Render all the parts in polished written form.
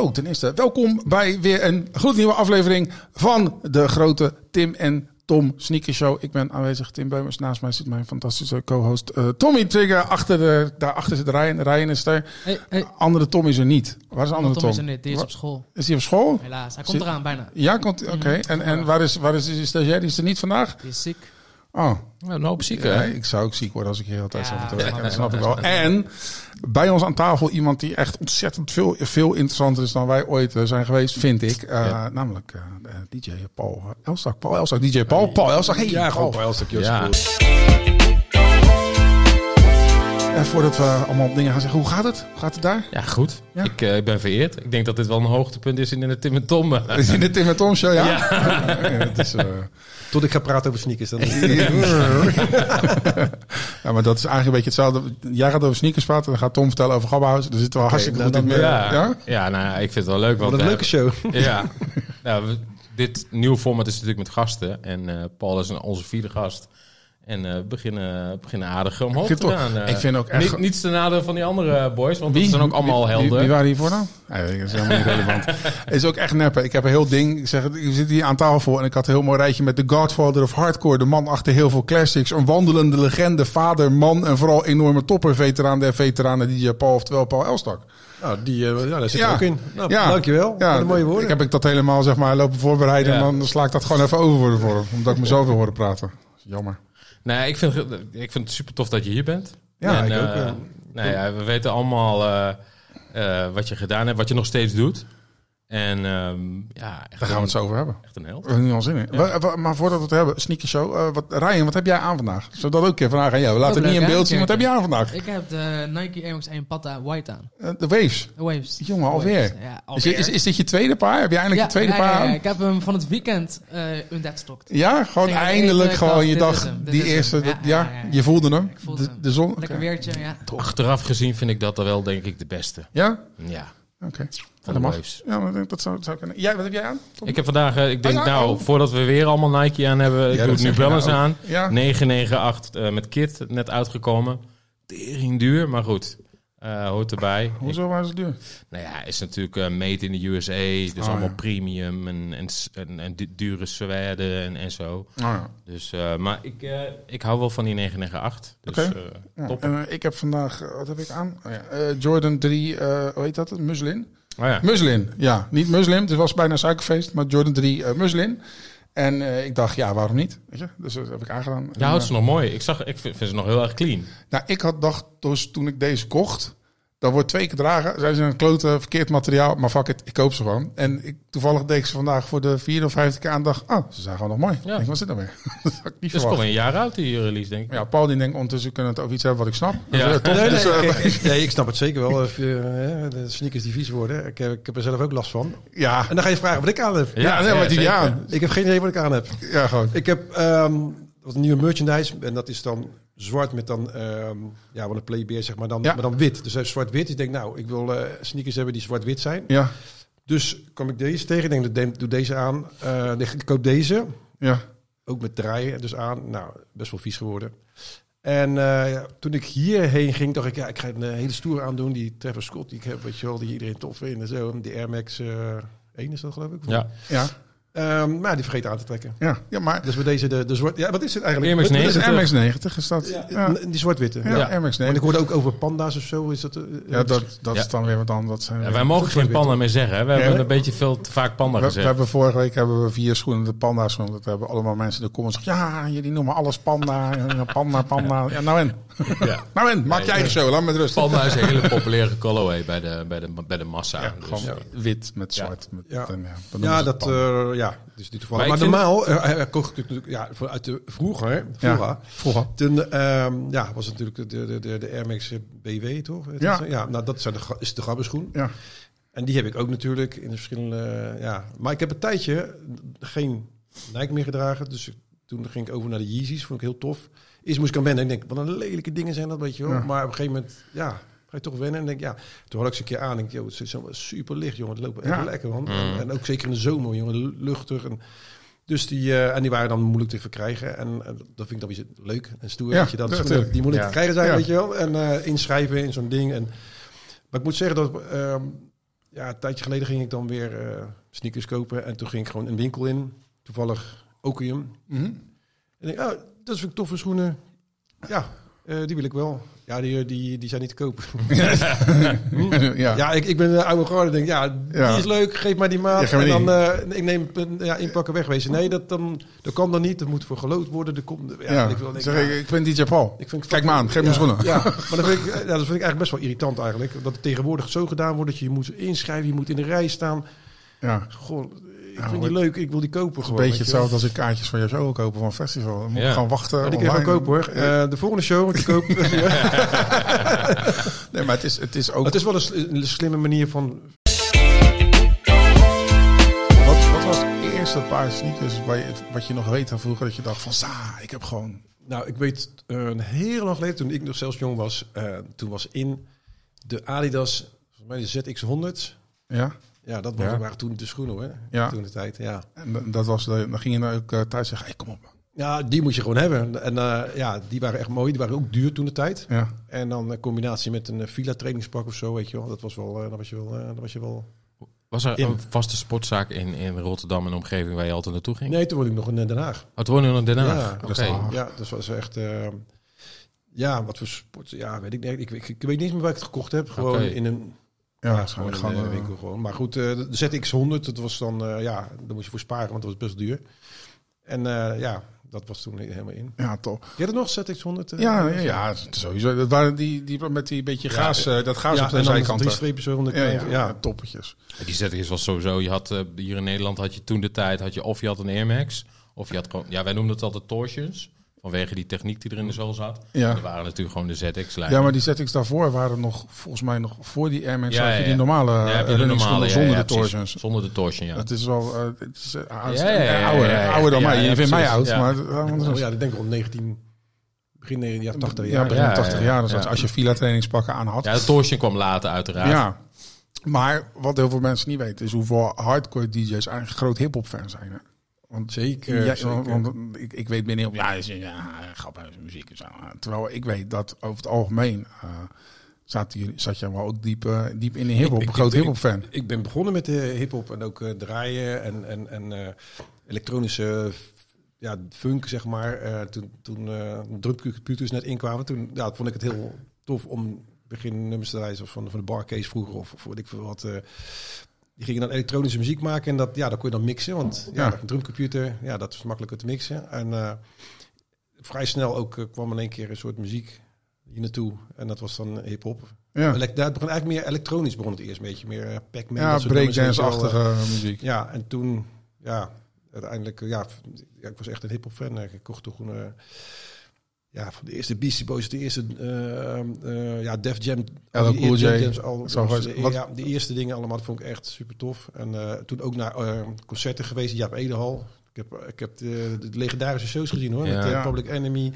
Hallo ten eerste, welkom bij weer een gloednieuwe aflevering van de grote Tim en Tom Sneaker Show. Ik ben aanwezig, Tim Beumers. Naast mij zit mijn fantastische co-host Tommy Trigger. Daarachter zit Ryan. Ryan is er. Hey. Andere Tom is er niet. Waar is de andere Tom? Tom is er niet, die is op school. Is hij op school? Helaas, hij komt eraan bijna. Ja, oké. En waar is de stagiair? Die is er niet vandaag? Die is ziek. Oh. Ja, een hoop ziek, Ja, hè? ik zou ook ziek worden als ik hier altijd zou moeten werken. Ja. Dat snap ik wel. En bij ons aan tafel iemand die echt ontzettend veel interessanter is dan wij ooit zijn geweest, vind ik. Namelijk DJ Paul Elstak. Paul Elstak, DJ Paul. Paul Elstak. Hey, Ja, gewoon Paul. Paul Elstak. Ja. Voordat we allemaal dingen gaan zeggen, hoe gaat het? Hoe gaat het daar? Ja, goed. Ja. Ik ben vereerd. Ik denk dat dit wel een hoogtepunt is in de Tim en Tom. Is in de Tim en Tom Show, ja? Ja. Ja, het is, Tot ik ga praten over sneakers. Dan ja, maar dat is eigenlijk een beetje hetzelfde. Jij gaat over sneakers praten, dan gaat Tom vertellen over Gabberhaus. Er zit wel hartstikke goed in. Ja, nou, ik vind het wel leuk. Wat Want, een leuke show. Ja. Nou, dit nieuwe format is natuurlijk met gasten. En Paul is onze vierde gast. En we beginnen aardig omhoog te gaan. Ik vind ook echt... Niets ten nadele van die andere boys, want die zijn ook allemaal helden. Wie waren hiervoor nou? Nee, dat is helemaal niet relevant. Het is ook echt neppen. Ik heb een heel ding. Ik zit hier aan tafel en ik had een heel mooi rijtje met de Godfather of Hardcore. De man achter heel veel classics. Een wandelende legende, vader, man en vooral enorme topper. Veteraan der veteranen, DJ Paul, oftewel Paul Elstak. Nou, daar zit er ook in. Nou, Ja. dankjewel. Ja, Wat een mooie woorden. Ik heb dat helemaal lopen voorbereiden Ja. en dan sla ik dat gewoon even over voor de vorm. Omdat ik mezelf wil horen praten. Jammer. Nee, ik vind het super tof dat je hier bent. Ja, en, ik ook. Nou ja, we weten allemaal wat je gedaan hebt, wat je nog steeds doet. En echt Daar gaan we het zo over hebben. echt een held. We hebben er nu al zin in. Ja. Maar voordat we het hebben, sneaker show. Ryan, wat heb jij aan vandaag? Zodat ook een keer vragen aan jou. We laten het niet in beeld zien. Wat heb je aan vandaag? Ik heb de Nike Air Max 1 Patta White aan. De Waves. De Waves. Jongen, alweer. Ja, alweer. Is dit je tweede paar? Heb je eindelijk je tweede paar aan? Ja, ik heb hem van het weekend undeadstocked. Ja, gewoon Ging eindelijk eten, gewoon dacht, je dit dag. is hem, dit Die is eerste, hem. ja, je voelde hem. Ik voelde hem. De zon. Lekker Oké. weertje, ja. Achteraf gezien vind ik dat wel, denk ik, de beste. Ja? Ja, Oké. van Dat de mag. Waves. Ja, maar dat zou kunnen. Jij, wat heb jij aan? Ik heb vandaag, ik denk Oh ja, voordat we weer allemaal Nike aan hebben, ik Ja, doe dat het nu zeg je Balance nou ook. aan. Ja. 998 met Kit, net uitgekomen. Tering duur, maar goed. Hoort erbij. Hoezo was het duur? Nou ja, is natuurlijk made in de USA, dus allemaal ja. premium en dure suède en zo. Oh, ja. Dus, maar ik hou wel van die 998. Dus Oké. Ja. top. En ik heb vandaag, wat heb ik aan? Oh, ja. Jordan 3, hoe heet dat? Muslin? Oh ja. Muslin, ja. Niet Muslim, het was bijna suikerfeest, maar Jordan 3 Muslin. En ik dacht, ja, waarom niet? Weet je? Dus dat heb ik aangedaan. Ja, houdt ze nog mooi. Ik vind ze nog heel erg clean. Nou, ik had dacht, dus toen ik deze kocht, dat wordt 2 keer dragen. Zijn ze een klote verkeerd materiaal, maar fuck it, ik koop ze gewoon. En toevallig deed ik ze vandaag voor de 4e of 5e keer aan. Dacht, ze zijn gewoon nog mooi. Ja. Ik denk, wat zit er weer? Dat had ik niet Dus verwacht. kom een jaar oud die release, denk ik. Ja, Paul die denkt ondertussen kunnen we het over iets hebben wat ik snap. Ja. Dus, tof. Dus, Ik snap het zeker wel. De sneakers die vies worden. Ik heb er zelf ook last van. ja, En dan ga je vragen wat ik aan heb. ja, nee, wat heb je zeker. aan? Ik heb geen idee wat ik aan heb. Ja, gewoon. Ik heb wat nieuwe merchandise. En dat is dan zwart met dan wat een playbeer, zeg maar. Ja. Maar dan wit. Dus zwart-wit. Ik denk, nou, ik wil sneakers hebben die zwart-wit zijn. Ja, Dus kwam ik deze tegen. Ik denk, doe deze aan. Ik koop deze. ja. Ook met draaien dus aan. Nou, best wel vies geworden. En toen ik hierheen ging, dacht ik, ik ga een hele stoer aandoen. Die Travis Scott, die ik heb, weet je wel, die iedereen tof vindt en zo. Die Air Max 1 is dat, geloof ik. Ja. Ja, Maar die vergeten aan te trekken. ja, maar Dus bij deze de zwart... Ja, wat is het eigenlijk? Air Max Wat is dat is het? Air Max 90 is dat. Ja, Die zwart-witte. ja, Ja. Air Max En ik 90. hoorde ook over panda's of zo. Is dat, Ja, dat Ja. is dan weer wat anders. Ja, wij mogen geen panda meer zeggen. Hè? We hebben een beetje veel te vaak panda We gezegd. hebben vorige week 4 schoenen, de panda schoenen. Dat hebben allemaal mensen in de comments gezegd. Ja, jullie noemen alles panda. Ja, panda. Ja, nou en? Ja. Nou en? Maak je eigen show, laat me met rust. Panda is een hele populaire colorway bij de massa. Ja, Dus, gewoon wit met zwart. Met, Ja. en, dat Ja, noemen ze panda. dus niet toevallig. Maar Maar ik normaal, hij kocht natuurlijk uit de vroeger. Vroeger. Toen was het natuurlijk de Air Max BW, toch? Ja. Nou, dat is de gabberschoen. Ja. En die heb ik ook natuurlijk in de verschillende... Maar ik heb een tijdje geen Nike meer gedragen. Dus toen ging ik over naar de Yeezys. Vond ik heel tof. Eerst moest ik aan wennen. Ik denk, wat een lelijke dingen zijn dat, weet je wel. Ja. Maar op een gegeven moment, ga je toch wennen. En denk, toen had ik ze een keer aan. En denk, het is zo super licht, jongen. Het loopt echt lekker, man. En ook zeker in de zomer, jongen. Luchtig. En, dus die waren dan moeilijk te verkrijgen. En dat vind ik dan weer leuk en stoer. Ja, dat je dan natuurlijk. die moeilijk te krijgen zijn, Ja. weet je wel. En inschrijven in zo'n ding. Maar ik moet zeggen dat... ja, een tijdje geleden ging ik dan weer sneakers kopen. En toen ging ik gewoon een winkel in. Toevallig Okium. En ik denk, dat vind ik toffe schoenen. Ja, die wil ik wel. Ja, die zijn niet te kopen. Ja, ik ben een oude garde. Denk, die is leuk. Geef mij die maat. Ja, en dan ik neem inpakken wegwezen. Nee, dat kan dan niet. Dat moet voor geloot worden. Ik ben DJ Paul. Kijk me aan. Geef me schoenen. Ja, maar dat vind ik eigenlijk best wel irritant eigenlijk. Dat het tegenwoordig zo gedaan wordt dat je moet inschrijven. Je moet in de rij staan. Ja. Goh, ik vind die leuk, ik wil die kopen. Het is een beetje hetzelfde als ik kaartjes van jouw show wil kopen van een festival. Dan moet ik gewoon wachten. Maar die kun je gewoon kopen hoor. De volgende show moet je kopen. Nee, maar het is ook... Het is wel een slimme manier van... Wat was het eerste paar sneakers wat je nog weet van vroeger? Dat je dacht van, ik heb gewoon... Nou, ik weet een heel lang geleden, toen ik nog zelfs jong was. Toen was in de Adidas, volgens mij de ZX100. Ja? Ja, dat waren toen de schoenen hoor. Ja. Toen de tijd, ja. En dat was dan ging je nou ook thuis zeggen, hey, kom op. Ja, die moet je gewoon hebben. En die waren echt mooi. Die waren ook duur toen de tijd. Ja. En dan in combinatie met een Fila trainingspak of zo, weet je wel. Dat was wel, dat was je wel... Was er een vaste sportzaak in Rotterdam en omgeving waar je altijd naartoe ging? Nee, toen woonde ik nog in Den Haag. Oh, toen woonde je nog in Den Haag? Ja, Oké. Ja, dat was echt... wat voor sport... Ja, weet ik niet. Ik weet niet meer waar ik het gekocht heb. Gewoon in een... Ja, gewoon in een winkel gewoon. Maar goed, de ZX100, dat was dan... daar moest je voor sparen, want dat was best duur. En dat was toen helemaal in. Ja, top. Je had het nog, ZX100? Ja, sowieso. Dat waren die met die beetje gaas, dat gaas op de zijkant. 3 streepjes zo onder ja, toppetjes. Die ZX was sowieso... Je had, hier in Nederland had je toen de tijd... Of je had een Air Max, of je had gewoon... Ja, wij noemden het altijd torsions. Vanwege die techniek die er in de zool zat. Ja. Er waren natuurlijk gewoon de ZX-lijn. Ja, maar die ZX daarvoor waren nog, volgens mij nog voor die Air Max, had je die normale runningschoenen zonder de torsions. Zonder de torsion, ja. Dat is wel ouder dan mij. Je vindt mij oud, maar... ik denk rond begin 80 jaar. Ja, begin 80 jaar. Dus als je Fila trainingspakken aan had. Ja, de torsion kwam later uiteraard. Ja, maar wat heel veel mensen niet weten is hoeveel hardcore DJ's eigenlijk groot hip-hop fan zijn. Hè? Want zeker. Want ik weet binnen op grappige muziek en zo. Terwijl ik weet dat over het algemeen zat je wel ook diep in de hiphop, een groot hiphop fan. Ik ben begonnen met de hiphop en ook draaien en elektronische funk zeg maar. Toen drumcomputers net inkwamen, toen vond ik het heel tof om beginnummers te draaien van de Barcase vroeger of weet ik veel wat. Die gingen dan elektronische muziek maken en dat kon je dan mixen. Want een drumcomputer, dat is makkelijker te mixen. En vrij snel ook kwam in één keer een soort muziek hier naartoe. En dat was dan hip-hop. Ja. Dat begon eigenlijk meer elektronisch, begon het eerst een beetje meer Pac-Man. Ja, breakdance-achtige muziek. Ja, en toen, uiteindelijk, ik was echt een hip-hop fan. Ik kocht toch een... van de eerste Beastie Boys, de eerste Def Jam, Cool J. De eerste dingen allemaal, dat vond ik echt super tof. En toen ook naar concerten geweest, Jaap Edehal. Ik heb de legendarische shows gezien hoor, met Public Enemy,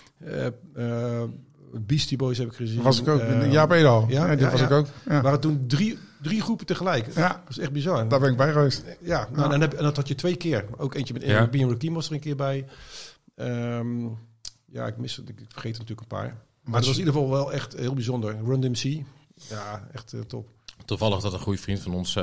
Beastie Boys heb ik gezien. Was ik ook, Jaap Edehal. Die was ik ook. Ja. Waren toen drie groepen tegelijk. Ja. Dat is echt bizar. Daar ben ik bij geweest. Ja, en dat had je 2 keer. Ook eentje met Airbnb Rakim was er een keer bij. Ik vergeet er natuurlijk een paar. Maar het was in ieder geval wel echt heel bijzonder. Run DMC. Ja, echt top. Toevallig dat een goede vriend van ons...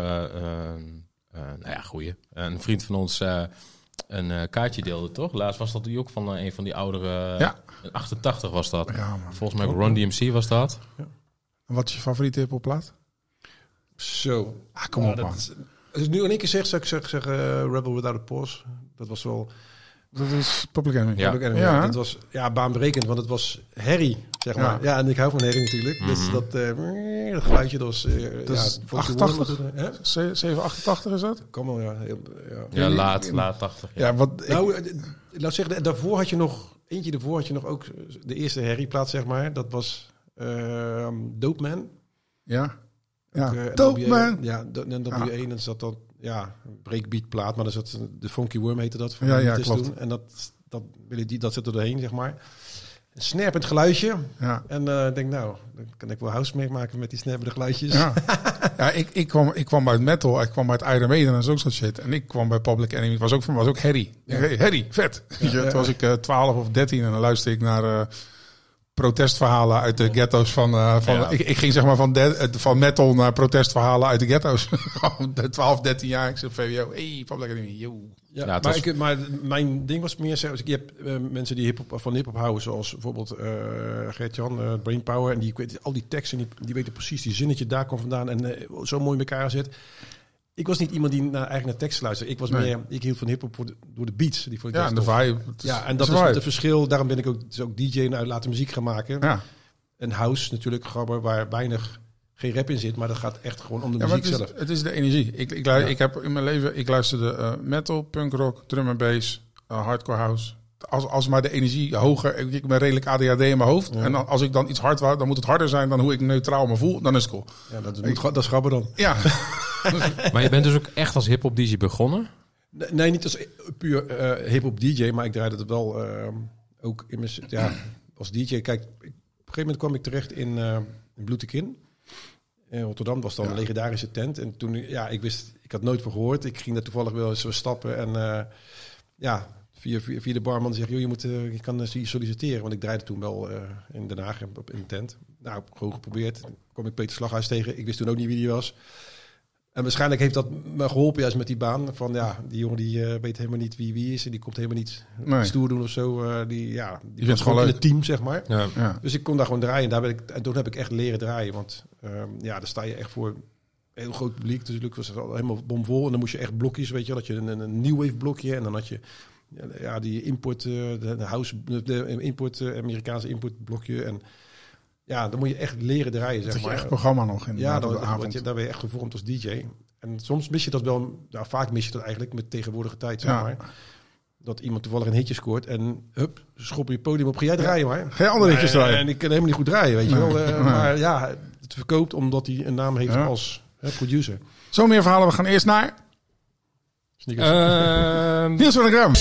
een vriend van ons een kaartje deelde, toch? Laatst was dat ook van een van die oudere... Ja. 88 was dat. Ja, man. Volgens mij Run DMC was dat. Ja. En wat is je favoriete hip-hopplaat? Zo. Kom op, man. Als ik nu in één keer zeg, zou ik zeggen Rebel Without a Pause. Dat was wel... Dat is Public Enemy. Ja. Dat was baanbrekend, want het was herrie, zeg maar. Ja, en ik hou van herrie natuurlijk. Dus dat geluidje, dat was... dat is 88? 788 is dat? Kan wel, ja. Ja, laat 80. Ja, laat zeggen, daarvoor had je nog... Eentje daarvoor had je nog ook de eerste herrieplaat, zeg maar. Dat was Dope Man. Ja. Dope Man. Ja, en dat W1, dan zat dat... Ja, breakbeat plaat, maar dat zat de Funky Worm heette dat. Van klopt. Toen. En dat zit er doorheen, zeg maar. Een snerpend geluidje. Ja. En ik denk, dan kan ik wel house meemaken met die snerpende geluidjes. Ja, ik kwam uit metal, ik kwam uit Iron Maiden en zo soort shit. En ik kwam bij Public Enemy, was ook herrie. Ja. Herrie, vet. Toen was ik 12 of 13 en dan luisterde ik naar protestverhalen uit de ghetto's ik ging zeg maar van metal naar protestverhalen uit de ghetto's. Gewoon 12, 13 jaar. Ik zit VWO. Hey, pap lekker niet. Yo. Ja, maar mijn ding was meer... Je hebt mensen die van hiphop houden, zoals bijvoorbeeld Gert-Jan, Brainpower. En al die teksten, die weten precies die zinnetje, daar komt vandaan. En zo mooi in elkaar zit. Ik was niet iemand die eigenlijk naar tekst luisterde. Ik was meer... Ik hield van hiphop door de beats. Die vond ik en de vibe. En dat is het verschil. Daarom ben ik ook DJ en laten muziek gaan maken. Ja. En house natuurlijk, grabber, waar geen rap in zit, maar dat gaat echt gewoon om de muziek zelf. Het is de energie. Ik heb in mijn leven, ik luisterde metal, punkrock, drum en bass, hardcore house. Als maar de energie hoger, ik ben redelijk ADHD in mijn hoofd. Ja. En als ik dan iets hard wou, dan moet het harder zijn dan hoe ik neutraal me voel. Dan is het cool. Ja, dat is grabber dan. Ja. Maar je bent dus ook echt als hip-hop DJ begonnen? Nee, niet als puur hip-hop DJ, maar ik draaide het wel ook in mijn als DJ. Kijk, op een gegeven moment kwam ik terecht in Bloetekin. In Rotterdam was dan een legendarische tent. En toen, ik had nooit van gehoord. Ik ging daar toevallig wel eens stappen en via de barman zeg je kan solliciteren. Want ik draaide toen wel in Den Haag in de tent. Nou, gewoon geprobeerd. Kwam ik Peter Slaghuis tegen. Ik wist toen ook niet wie die was. En waarschijnlijk heeft dat me geholpen juist met die baan. Van die jongen die weet helemaal niet wie is. En die komt helemaal niet stoer doen of zo. Die was gewoon in het team, zeg maar. Ja. Ja. Dus ik kon daar gewoon draaien. En toen heb ik echt leren draaien. Want daar sta je echt voor een heel groot publiek. Dus natuurlijk was het al helemaal bomvol. En dan moest je echt blokjes, weet je wel. Dat je een new wave blokje. En dan had je die import, Amerikaanse import blokje. En ja, dan moet je echt leren draaien, zeg maar. Dat je echt programma nog in de avond. Daar ben je echt gevormd als DJ. En soms mis je dat wel, vaak mis je dat eigenlijk met tegenwoordige tijd, zeg maar. Dat iemand toevallig een hitje scoort en schop je podium op, ga jij draaien maar. Geen andere hitjes draaien. En ik kan helemaal niet goed draaien, weet je wel. Maar het verkoopt omdat hij een naam heeft als producer. Zo meer verhalen, we gaan eerst naar... Niels van der Gram.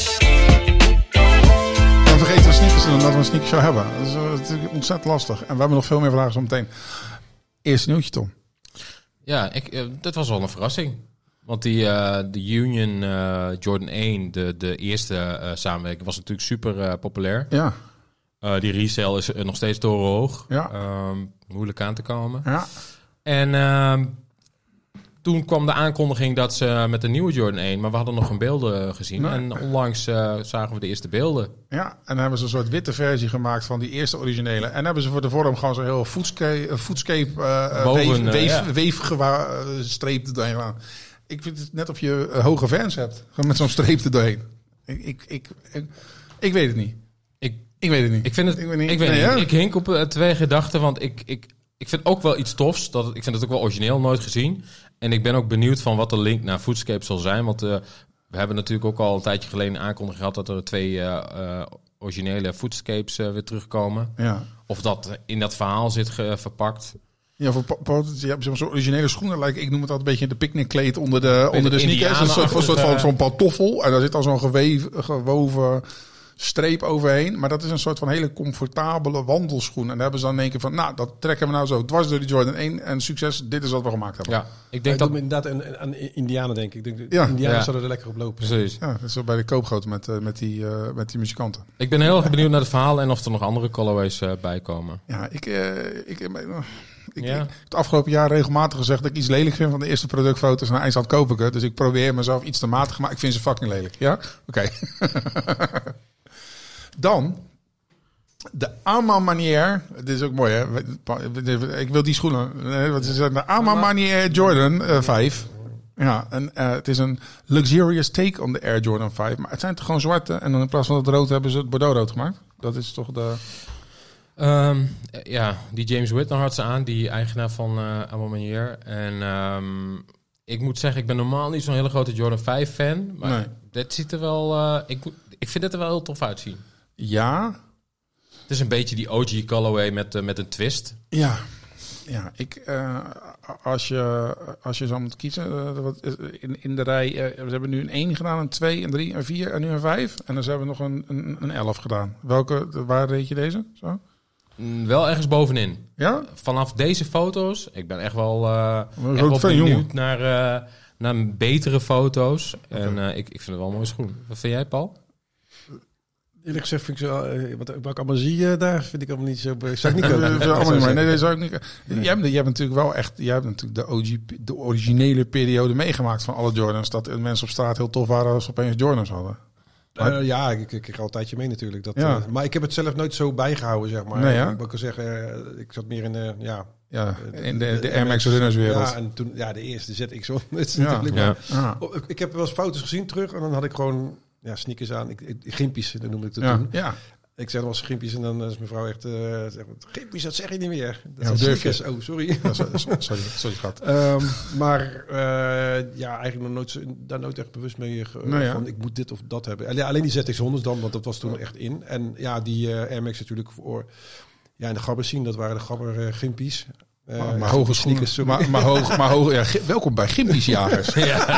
Dan vergeten we sneakers en dat we een sneakershow hebben. Dat is ontzettend lastig. En we hebben nog veel meer vragen zo meteen. Eerste nieuwtje, Tom. Ja, dat was wel een verrassing. Want de Union Jordan 1, de eerste samenwerking, was natuurlijk super populair. Ja. Die resale is nog steeds torenhoog. Ja. Moeilijk aan te komen. Ja. En toen kwam de aankondiging dat ze met de nieuwe Jordan 1... maar we hadden nog geen beelden gezien. Nee. En onlangs zagen we de eerste beelden. Ja, en dan hebben ze een soort witte versie gemaakt van die eerste originele. En hebben ze voor de vorm gewoon zo'n heel foodscape weefstreep er doorheen gedaan. Ik vind het net of je hoge Vans hebt. Gewoon met zo'n streep er doorheen. Ik weet het niet. Ik weet het niet. Ik weet het niet. Ik hink op twee gedachten, want ik vind ook wel iets tofs. Ik vind het ook wel origineel, nooit gezien. En ik ben ook benieuwd van wat de link naar Foodscape zal zijn. Want we hebben natuurlijk ook al een tijdje geleden een aankondiging gehad dat er 2 originele Foodscapes weer terugkomen. Ja. Of dat in dat verhaal zit verpakt. Ja, zo'n originele schoenen. Ik noem het altijd een beetje de picknickkleed onder de sneakers. Een soort van zo'n pantoffel. En daar zit al zo'n gewoven streep overheen. Maar dat is een soort van hele comfortabele wandelschoen. En daar hebben ze dan in één keer van, dat trekken we nou zo dwars door de Jordan 1 en succes, dit is wat we gemaakt hebben. Ja, ik denk dat inderdaad aan Indianen denk ik. Indianen zouden er lekker op lopen. Precies. Ja, dat is zo bij de koopgroot met die muzikanten. Ik ben heel erg benieuwd naar het verhaal en of er nog andere colorways bij komen. Ja, ik heb het afgelopen jaar regelmatig gezegd dat ik iets lelijk vind van de eerste productfoto's. En eindstand koop ik het. Dus ik probeer mezelf iets te matigen, maar ik vind ze fucking lelijk. Ja? Oké. Dan, de Ama-manier. Dit is ook mooi, hè? Ik wil die schoenen. Wat is het? De Ama-manier Jordan 5. Ja, en het is een luxurious take on de Air Jordan 5. Maar het zijn toch gewoon zwarte. En dan in plaats van het rood hebben ze het bordeauxrood gemaakt. Dat is toch de... die James Whitner had ze aan. Die eigenaar van Ama-manier. En ik moet zeggen, ik ben normaal niet zo'n hele grote Jordan 5 fan. Maar dit ziet er wel... ik vind het er wel heel tof uitzien. Ja. Het is een beetje die OG colorway met een twist. Ja. Als je zou moeten kiezen, in de rij, we hebben nu een 1 gedaan, een 2, een 3, een 4 en nu een 5. En dan hebben we nog een 11 gedaan. Waar reed je deze? Zo? Wel ergens bovenin. Ja? Vanaf deze foto's, ik ben echt wel benieuwd naar betere foto's. Okay. En ik vind het wel een mooie schoen. Wat vind jij, Paul? Eerlijk gezegd vind ik zo, wat ik allemaal zie daar, vind ik allemaal niet zo... Zou ik niet Nee, dat zou ik niet. Nee. Jij hebt natuurlijk wel echt... Jij hebt natuurlijk de originele periode meegemaakt van alle Jordans. Dat mensen op straat heel tof waren als ze opeens Jordans hadden. Ja, ik ga al een tijdje mee natuurlijk. Dat, Ja. Maar ik heb het zelf nooit zo bijgehouden, zeg maar. Nee, ja? Ik kan zeggen, ik zat meer in de... Ja, in de Air Max runnerswereld. Ja, en toen, de eerste ZX. Natuurlijk Ja. Ja. Ik heb wel eens foto's gezien terug en dan had ik gewoon sneakers aan. Gimpies, dat noemde ik dat toen. Ja. Ik zei, dat was gimpies en dan is mijn vrouw echt... gimpies, dat zeg je niet meer. Dat Ja, zijn durf je? sneakers. Oh, sorry. Ja, sorry schat. Maar eigenlijk nog nooit echt bewust mee van ik moet dit of dat hebben. Alleen die ZX100's dan, want dat was toen echt in. En ja, die Air Max natuurlijk voor... Ja, en de Gabber zien, dat waren de Gabber gimpies. Maar hoge sneakers. Welkom bij Gimpiesjagers.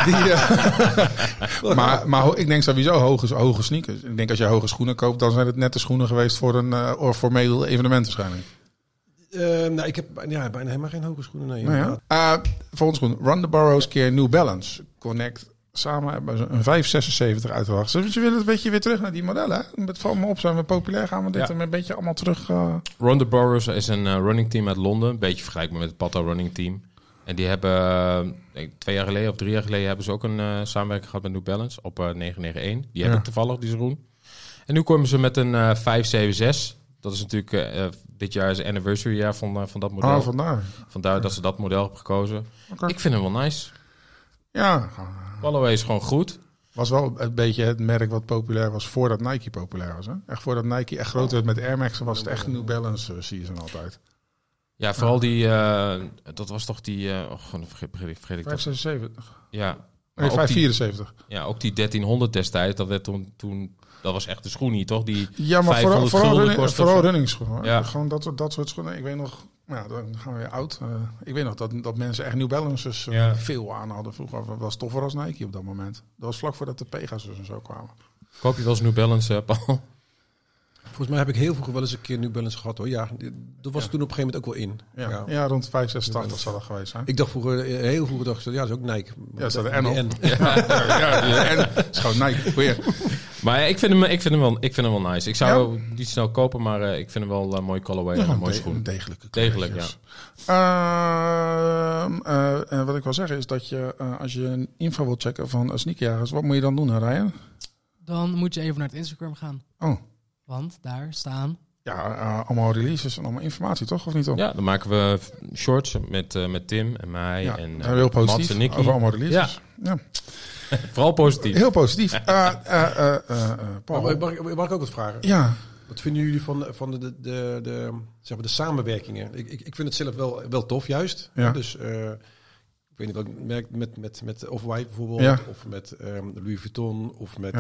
Maar ik denk sowieso hoge sneakers. Ik denk als je hoge schoenen koopt, dan zijn het net de schoenen geweest voor een formeel evenement waarschijnlijk. Ik heb bijna helemaal geen hoge schoenen. Nee, volgende schoen. Run the Burrows keer New Balance. Connect. Samen hebben ze een 576 uitgebracht. Dus je wil een beetje weer terug naar die modellen. Met val me op, zijn we populair. Gaan we dit een beetje allemaal terug... Run the Burrows is een running team uit Londen. Een beetje vergelijkbaar met het Pata running team. En die hebben 2 jaar geleden of 3 jaar geleden... hebben ze ook een samenwerking gehad met New Balance op 991. Die heb ik toevallig, die schoen. En nu komen ze met een 576. Dat is natuurlijk... dit jaar is het anniversary jaar van dat model. Vandaar dat ze dat model hebben gekozen. Okay. Ik vind hem wel nice. Ja. Callaway is gewoon goed. Was wel een beetje het merk wat populair was voordat Nike populair was. Hè? Echt voordat Nike echt groot werd met Air Max, was het echt New Balance season altijd. Ja, vooral die... dat was toch die... vergeet ik 576. Ja. Nee, 574. Ja, ook die 1300 destijds. Dat werd toen dat was echt de schoen niet, toch? Die maar vooral runningschoenen. Ja. Gewoon dat soort schoenen. Ik weet nog... Ja, dan gaan we weer oud. Ik weet nog dat mensen echt New Balances veel aan hadden. Vroeger was toffer als Nike op dat moment. Dat was vlak voordat de Pegasus en zo kwamen. Koop je wel eens New Balance, Paul? Volgens mij heb ik heel vroeger wel eens een keer New Balance gehad, hoor. Ja, dat was toen op een gegeven moment ook wel in. Ja, rond 586 zal dat geweest zijn. Ik dacht heel vroeger dacht ik, dat is ook Nike. Ja, dat is de N op. Ja, is gewoon Nike. Weer. Maar ik vind hem wel nice. Ik zou niet snel kopen, maar ik vind hem wel een mooi colorway en een mooie schoen. Degelijk, wat ik wil zeggen is dat je, als je een info wilt checken van sneakerjagers, wat moet je dan doen, Ryan? Dan moet je even naar het Instagram gaan. Oh. Want daar staan... Ja, allemaal releases en allemaal informatie, toch? Of niet? Op? Ja, dan maken we shorts met Tim en mij en heel positief Mats en Nicky. over allemaal releases. Ja. Vooral positief. Heel positief. Paul. Mag ik ook wat vragen? Ja. Wat vinden jullie van de samenwerkingen? Ik vind het zelf wel tof, juist. Ja. Dus ik weet niet wat ik merk met Off-White bijvoorbeeld, of met Louis Vuitton, of met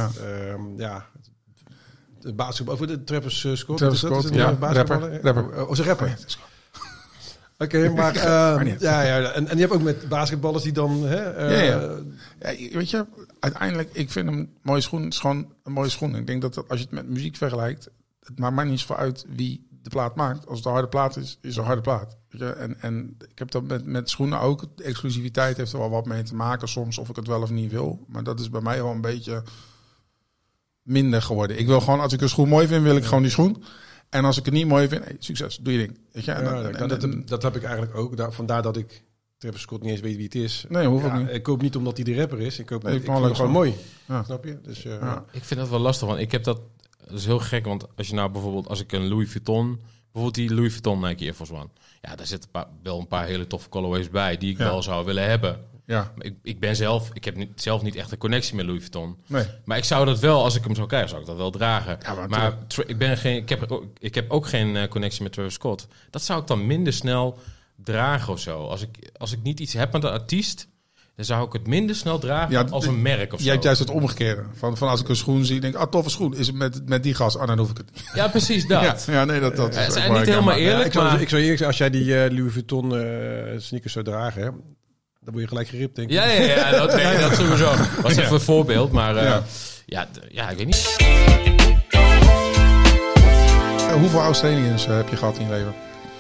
de basketbal, over de Travis Scott. Rapper. Een rapper. Oké, maar en je hebt ook met basketballers die dan... weet je, uiteindelijk, ik vind een mooie schoen, is gewoon een mooie schoen. Ik denk dat als je het met muziek vergelijkt, het maakt mij niet zo uit wie de plaat maakt. Als het een harde plaat is, is het een harde plaat. Weet je? En ik heb dat met schoenen ook. De exclusiviteit heeft er wel wat mee te maken soms, of ik het wel of niet wil. Maar dat is bij mij wel een beetje minder geworden. Ik wil gewoon, als ik een schoen mooi vind, wil ik gewoon die schoen. En als ik het niet mooi vind, succes, doe je ding. Weet je? Dat heb ik eigenlijk ook. Vandaar dat ik Travis Scott niet eens weet wie het is. Nee, hoef ik niet. Ik koop niet omdat hij de rapper is. Ik vind het gewoon mooi. Ja. Snap je? Dus, Ik vind dat wel lastig, want ik heb dat is heel gek. Want als je nou bijvoorbeeld, als ik een Louis Vuitton, bijvoorbeeld die Louis Vuitton Nike Air Force One. Ja, daar zitten wel een paar hele toffe colorways bij die ik wel zou willen hebben. Ja. Ik heb zelf niet echt een connectie met Louis Vuitton. Nee. Maar ik zou dat wel, als ik hem zou krijgen, zou ik dat wel dragen. Ja, maar ik heb ook geen connectie met Travis Scott. Dat zou ik dan minder snel dragen of zo. Als ik niet iets heb met een artiest, dan zou ik het minder snel dragen als een merk of zo. Jij hebt juist het omgekeerde. Van als ik een schoen zie, denk ik, toffe schoen. Is het met die gas? Dan hoef ik het niet. Ja, precies dat. Dat is niet helemaal eerlijk. Ik zou eerlijk zeggen, als jij die Louis Vuitton sneakers zou dragen, hè, dan word je gelijk geript, denk ik. Ja, dat sowieso. Was even een voorbeeld, maar ik weet niet. Hoeveel Australiërs heb je gehad in je leven?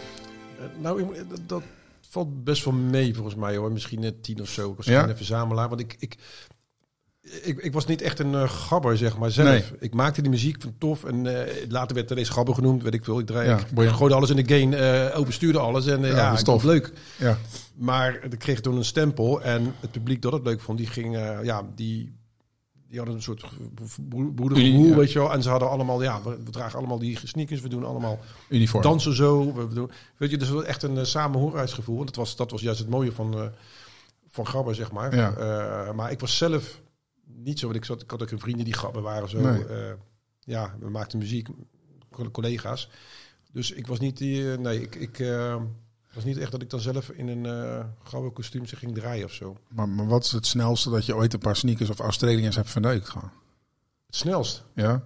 Dat valt best wel mee volgens mij, hoor. Misschien 10 of zo. Ik was geen verzamelaar. Want Ik was niet echt een gabber, zeg maar, zelf. Nee. Ik maakte die muziek van tof. En later werd er eens gabber genoemd, weet ik veel. Ik boeiend. gooide alles in de gain, overstuurde alles. En dat is ik tof. vond het leuk. Ja. Maar ik kreeg toen een stempel. En het publiek dat het leuk vond, die ging... die hadden een soort broedergevoel, Ja. weet je wel. En ze hadden allemaal... we dragen allemaal die sneakers. We doen allemaal Uniform. dansen zo. We doen, weet je, dus het was echt een samenhorigheidsgevoel. En dat was juist het mooie van gabber, zeg maar. Ja. Maar ik was zelf niet zo. Want ik had ook een vrienden die gabber waren. Zo. Nee. We maakten muziek, collega's. Dus ik was niet die... ik was niet echt dat ik dan zelf in een gabber kostuum ging draaien of zo. Maar wat is het snelste dat je ooit een paar sneakers of Australiërs hebt verneukt? Gewoon? Het snelst? Ja?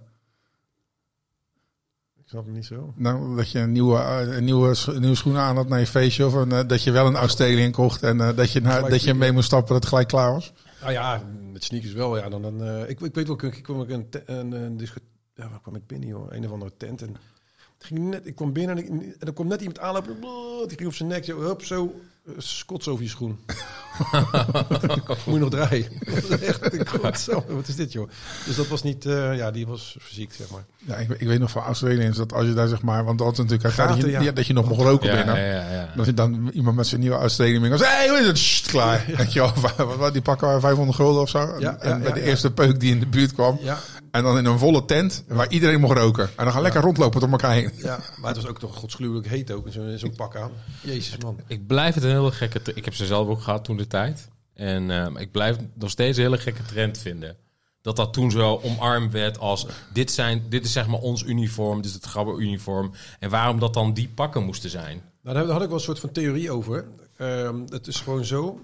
Ik snap het niet zo. Nou, dat je een nieuwe schoenen aan had naar je feestje. Of dat je wel een Australiën kocht en dat je mee moest stappen dat het gelijk klaar was. Nou ja, met sneakers wel. Ja, ik weet wel, ik kwam waar kwam ik binnen, joh? Een of andere tent. En ik kwam binnen en er kwam net iemand aanlopen. Die ging op zijn nek, zo skots over je schoen. Moet je nog draaien. Echt, wat is dit, joh? Dus dat was niet, die was fysiek, zeg maar. Ja, ik weet nog van Australiërs dat als je daar zeg maar, want dat is natuurlijk Gaten, dat je nog mocht roken binnen. Ja. Dat je dan iemand met zijn nieuwe Australië was, hey, hoe is het? Sst, klaar. Weet je wel, die pakken 500 gulden of zo. En bij de eerste peuk die in de buurt kwam. Ja. En dan in een volle tent waar iedereen mocht roken. En dan gaan lekker rondlopen door elkaar heen. Ja, maar het was ook toch godsgruwelijk heet ook. In zo'n pak aan. Jezus, man. Ik blijf het een hele gekke... Ik heb ze zelf ook gehad toen de tijd. En ik blijf nog steeds een hele gekke trend vinden. Dat toen zo omarmd werd als... Dit is zeg maar ons uniform, dit is het gabber-uniform. En waarom dat dan die pakken moesten zijn. Nou, daar had ik wel een soort van theorie over. Het is gewoon zo...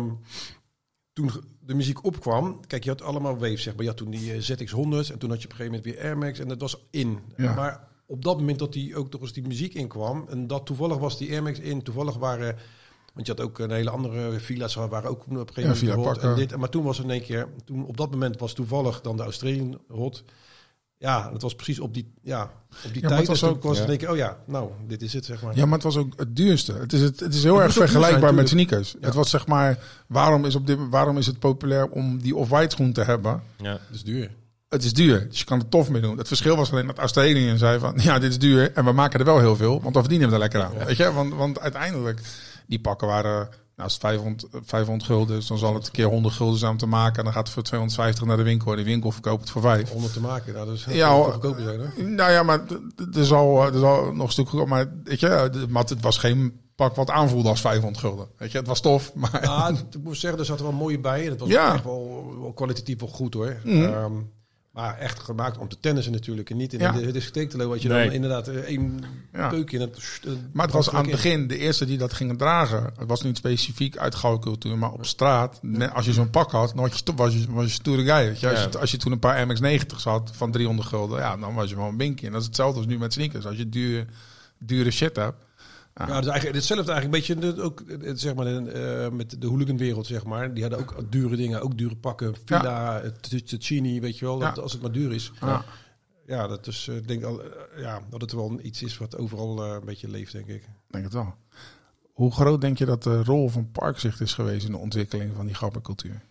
toen de muziek opkwam... Kijk, je had allemaal waves, zeg maar. Je had toen die ZX100's en toen had je op een gegeven moment weer Air Max. En dat was in. Ja. Maar op dat moment dat die ook toch eens die muziek inkwam... en dat toevallig was die Air Max in. Toevallig waren... Want je had ook een hele andere villa's, waren ook op een gegeven moment hot. Maar toen was het in één keer... Toen op dat moment was toevallig dan de Australian hot. Ja, het was precies op die tijd. Was toen ook, was het in één keer, dit is het, zeg maar. Ja, maar het was ook het duurste. Het is heel erg vergelijkbaar met sneakers. Ja. Het was zeg maar, waarom is het populair om die off-white schoen te hebben? Ja, het is duur. Het is duur, dus je kan er tof mee doen. Het verschil was alleen dat Australië zei van, ja, dit is duur en we maken er wel heel veel, want dan verdienen we er lekker aan. Ja. Weet je, want uiteindelijk, die pakken waren, als het 500 gulden is, dan zal het een keer 100 gulden zijn om te maken. En dan gaat het voor 250 naar de winkel en de winkel verkoopt het voor 5. 100 te maken, nou, dat is heel goedkoper zijn, hè? Nou ja, maar er zal nog een stuk goedkoper, maar weet je, maar het was geen pak wat aanvoelde als 500 gulden. Weet je, het was tof, maar... Ja, ik moet zeggen, er zat er wel mooi bij. En het was echt wel kwalitatief wel goed, hoor. Mm-hmm. Maar echt gemaakt om te tennissen natuurlijk. En niet in de discotheek te lopen. Wat je dan inderdaad één peukje in het... Maar het was aan het begin de eerste die dat gingen dragen. Het was niet specifiek uit gauwcultuur. Maar op straat, als je zo'n pak had, dan was je stoere guy. Weet je? Als je toen een paar MX-90's had van 300 gulden. Ja, dan was je wel een binkie. En dat is hetzelfde als nu met sneakers. Als je dure shit hebt. Ja, dus eigenlijk hetzelfde eigenlijk een beetje ook zeg maar met de hooliganwereld, zeg maar. Die hadden ook dure dingen, ook dure pakken, Fila, Ticini, weet je wel, dat als het maar duur is. Ja, dat is ik denk dat het wel iets is wat overal een beetje leeft, denk ik. Denk het wel. Hoe groot denk je dat de rol van Parkzicht is geweest in de ontwikkeling van die gabbercultuur?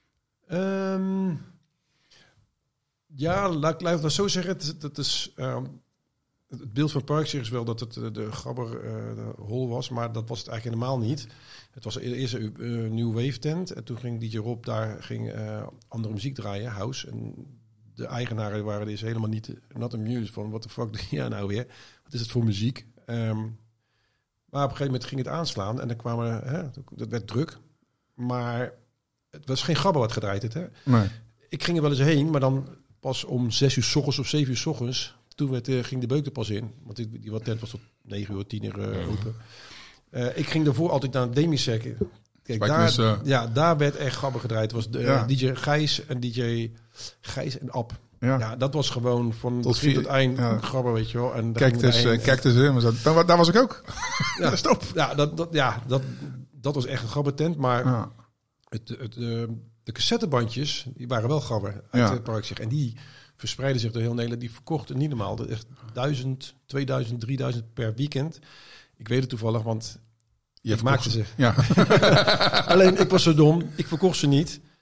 Laat ik dat zo zeggen. Dat is het beeld van Parkzicht is wel dat het de gabber hol was, maar dat was het eigenlijk helemaal niet. Het was eerst een New Wave tent en toen ging DJ Rob daar andere muziek draaien, house. En de eigenaren waren dus helemaal not amused van what the fuck doe je nou weer? Wat is het voor muziek? Maar op een gegeven moment ging het aanslaan en dan dat werd druk. Maar het was geen gabber wat gedraaid had. Hè? Nee. Ik ging er wel eens heen, maar dan pas om 6 uur 's ochtends of 7 uur 's ochtends. Toen ging de beuk er pas in. Want die tent was tot 9 uur, 10 uur open. Ik ging daarvoor altijd naar het Demisec. Kijk, daar werd echt gabber gedraaid. Het was DJ Gijs en DJ Gijs en Ab. Ja, dat was gewoon van begin tot eind gabber, weet je wel. En Cactus Rim, daar was ik ook. Ja, stop. Ja, dat was echt een gabbertent. Maar de cassettebandjes, die waren wel gabber uit het Parkzicht. En die verspreiden zich door heel Nederland. Die verkochten niet normaal. Echt 1000, 2000, 3000 per weekend. Ik weet het toevallig, want ik maakte ze. Ja. Alleen, ik was zo dom. Ik verkocht ze niet.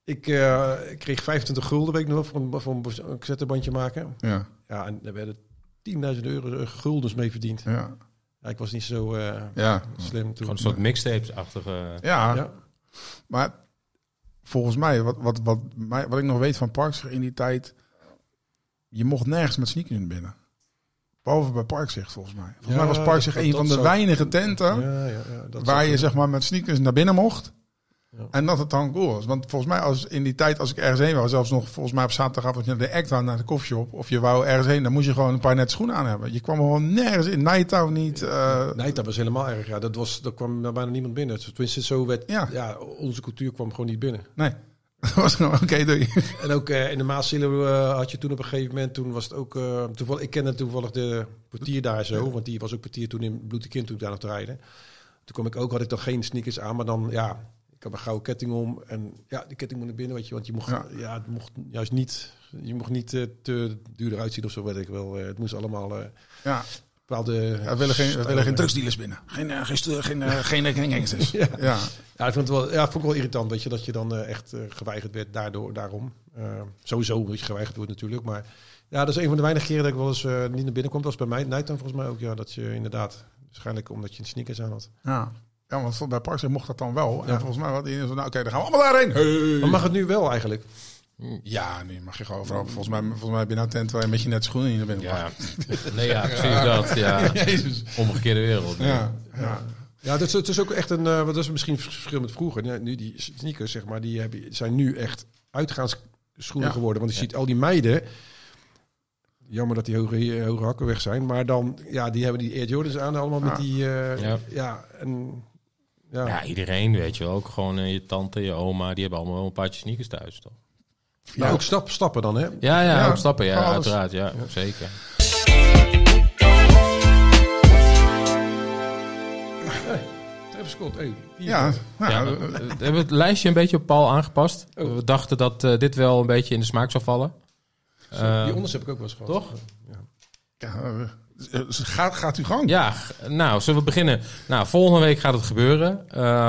Ik kreeg 25 gulden, weet ik nog, voor een cassettebandje maken. Ja. Ja, en daar werden 10.000 guldens mee verdiend. Ja. Ja, ik was niet zo slim toen. Gewoon een soort mixtapes-achtige... Ja. Maar volgens mij, wat ik nog weet van Parkzicht in die tijd... Je mocht nergens met sneakers in binnen. Behalve bij Parkzicht, volgens mij. Volgens mij was Parkzicht een van de weinige tenten... waar je zeg maar met sneakers naar binnen mocht... Ja. En dat het dan cool was. Want volgens mij, in die tijd, als ik ergens heen was, zelfs nog volgens mij op zaterdagavond naar de act wou, naar de koffieshop, of je wou ergens heen, dan moest je gewoon een paar nette schoenen aan hebben. Je kwam gewoon nergens in. Nighttown niet. Nighttown was helemaal erg. Ja, daar kwam bijna niemand binnen. Tenminste, zo werd. Ja, onze cultuur kwam gewoon niet binnen. Nee. Dat was gewoon oké, doe je. En ook in de Maasilo had je toen op een gegeven moment, toen was het ook toevallig. Ik kende toevallig de portier daar zo, want die was ook portier toen in Bloed de Kind toen ik daar nog draaide. Toen had ik dan geen sneakers aan, maar dan ik had een gouden ketting om en die ketting moet naar binnen, weet je, want je mocht, het mocht juist niet, je mocht niet te duur eruit zien of zo, weet ik wel. Het moest allemaal bepaalde. We willen geen drugsdealers binnen, geen gangsters. Ja, ik vond het wel, vond ik wel irritant, weet je, dat je dan echt geweigerd werd daarom. Sowieso dat je geweigerd wordt natuurlijk, maar dat is een van de weinige keren dat ik wel eens niet naar binnen kwam. Dat was bij mij Nighttown volgens mij ook, dat je inderdaad waarschijnlijk omdat je een sneakers aan had. Ja, want bij Parkzicht mocht dat dan wel. Ja. En volgens mij had iedereen van, oké, dan gaan we allemaal daarheen. Hey. Maar mag het nu wel eigenlijk? Ja, nu mag je gewoon overal. Volgens mij heb je nou tent waar je met je net schoenen in naar binnen mag. Nee, precies dat. Ja. Jezus. Omgekeerde wereld. Ja, dat is ook echt dat is misschien verschil met vroeger. Ja, nu die sneakers, zeg maar, die zijn nu echt uitgaansschoenen geworden. Want je ziet al die meiden... Jammer dat die hoge hakken weg zijn. Maar dan, die hebben die Air Jordans aan allemaal met die... iedereen, weet je wel. Ook gewoon je tante, je oma, die hebben allemaal wel een paardje sneakers thuis, toch? Ja, ook stappen dan, hè? Ja, ook stappen, uiteraard. Ja, zeker. Travis Scott, we hebben het lijstje een beetje op Paul aangepast. We dachten dat dit wel een beetje in de smaak zou vallen. Die onderste heb ik ook wel eens gehad. Toch? Gaat u gang. Ja, nou, zullen we beginnen? Nou, volgende week gaat het gebeuren.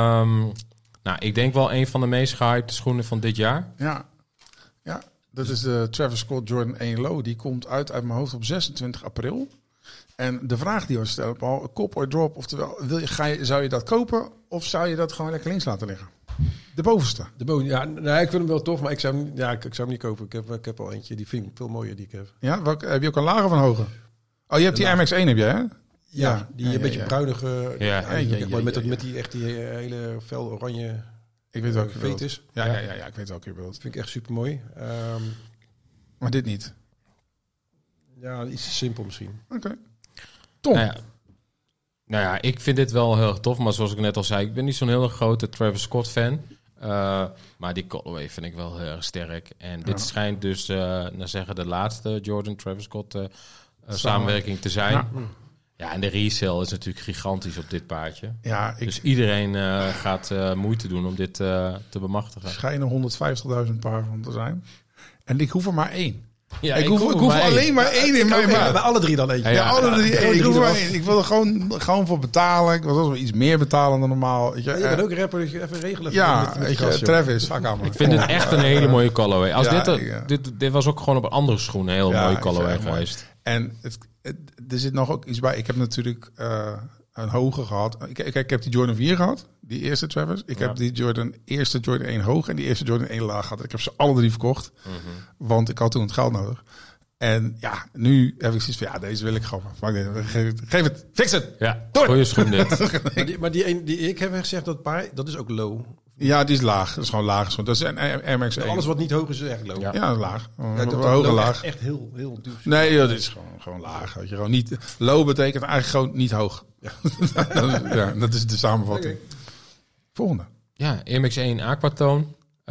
Ik denk wel een van de meest gehypte schoenen van dit jaar. Ja, dat is de Travis Scott Jordan 1 Low. Die komt uit mijn hoofd op 26 april. En de vraag die we stellen, Paul, kop or drop. Oftewel, zou je dat kopen of zou je dat gewoon lekker links laten liggen? De bovenste. Ik vind hem wel tof, maar ik zou hem niet kopen. Ik heb al eentje, die vind ik veel mooier die ik heb. Ja, heb je ook een lager van hoger? Oh, je hebt die MX-1 heb jij, hè? Ja, die een beetje bruinige... Met die echt die hele fel oranje... Ik weet welke veet is. Ja, ik weet welke je bedoelt. Dat vind ik echt super mooi. Maar dit niet? Ja, iets simpel misschien. Oké. Tom? Ik vind dit wel heel erg tof. Maar zoals ik net al zei, ik ben niet zo'n hele grote Travis Scott fan. Maar die colorway vind ik wel heel erg sterk. En dit schijnt dus, de laatste Jordan Travis Scott samenwerking te zijn. Ja, en de resale is natuurlijk gigantisch op dit paardje. Ja, dus iedereen gaat moeite doen om dit te bemachtigen. Er schijnen 150.000 paar van te zijn. En ik hoef er maar 1. Ja, ik hoef alleen maar 1 in mijn maat. Bij alle 3 dan eentje. Alle 3 1. Ik hoef maar 1. Ik wil er gewoon voor betalen. Ik wil wel iets meer betalen dan normaal. Je bent ook rapper, dus je even regelen. Travis. Ik vind het echt een hele mooie colorway. Dit was ook gewoon op een andere schoen een heel mooie colorway geweest. En er zit nog ook iets bij. Ik heb natuurlijk een hoge gehad. Ik heb die Jordan 4 gehad. Die eerste Travis. Ik heb die eerste Jordan 1 hoog en die eerste Jordan 1 laag gehad. Ik heb ze alle 3 verkocht. Want ik had toen het geld nodig. En nu heb ik zoiets van, deze wil ik gewoon. Geef het, fix het. Ja, goeie schoen dit. maar die ik heb gezegd, dat is ook low. Ja, die is laag. Dat is gewoon laag. Dat is een MX-1. Alles wat niet hoog is echt low. Ja, laag. Hoge laag. Echt heel duur. Nee, dat is gewoon laag. Weet je, gewoon niet, low betekent eigenlijk gewoon niet hoog. Ja. Dat is de samenvatting. Okay. Volgende. Ja, Air Max 1 Aquatoon.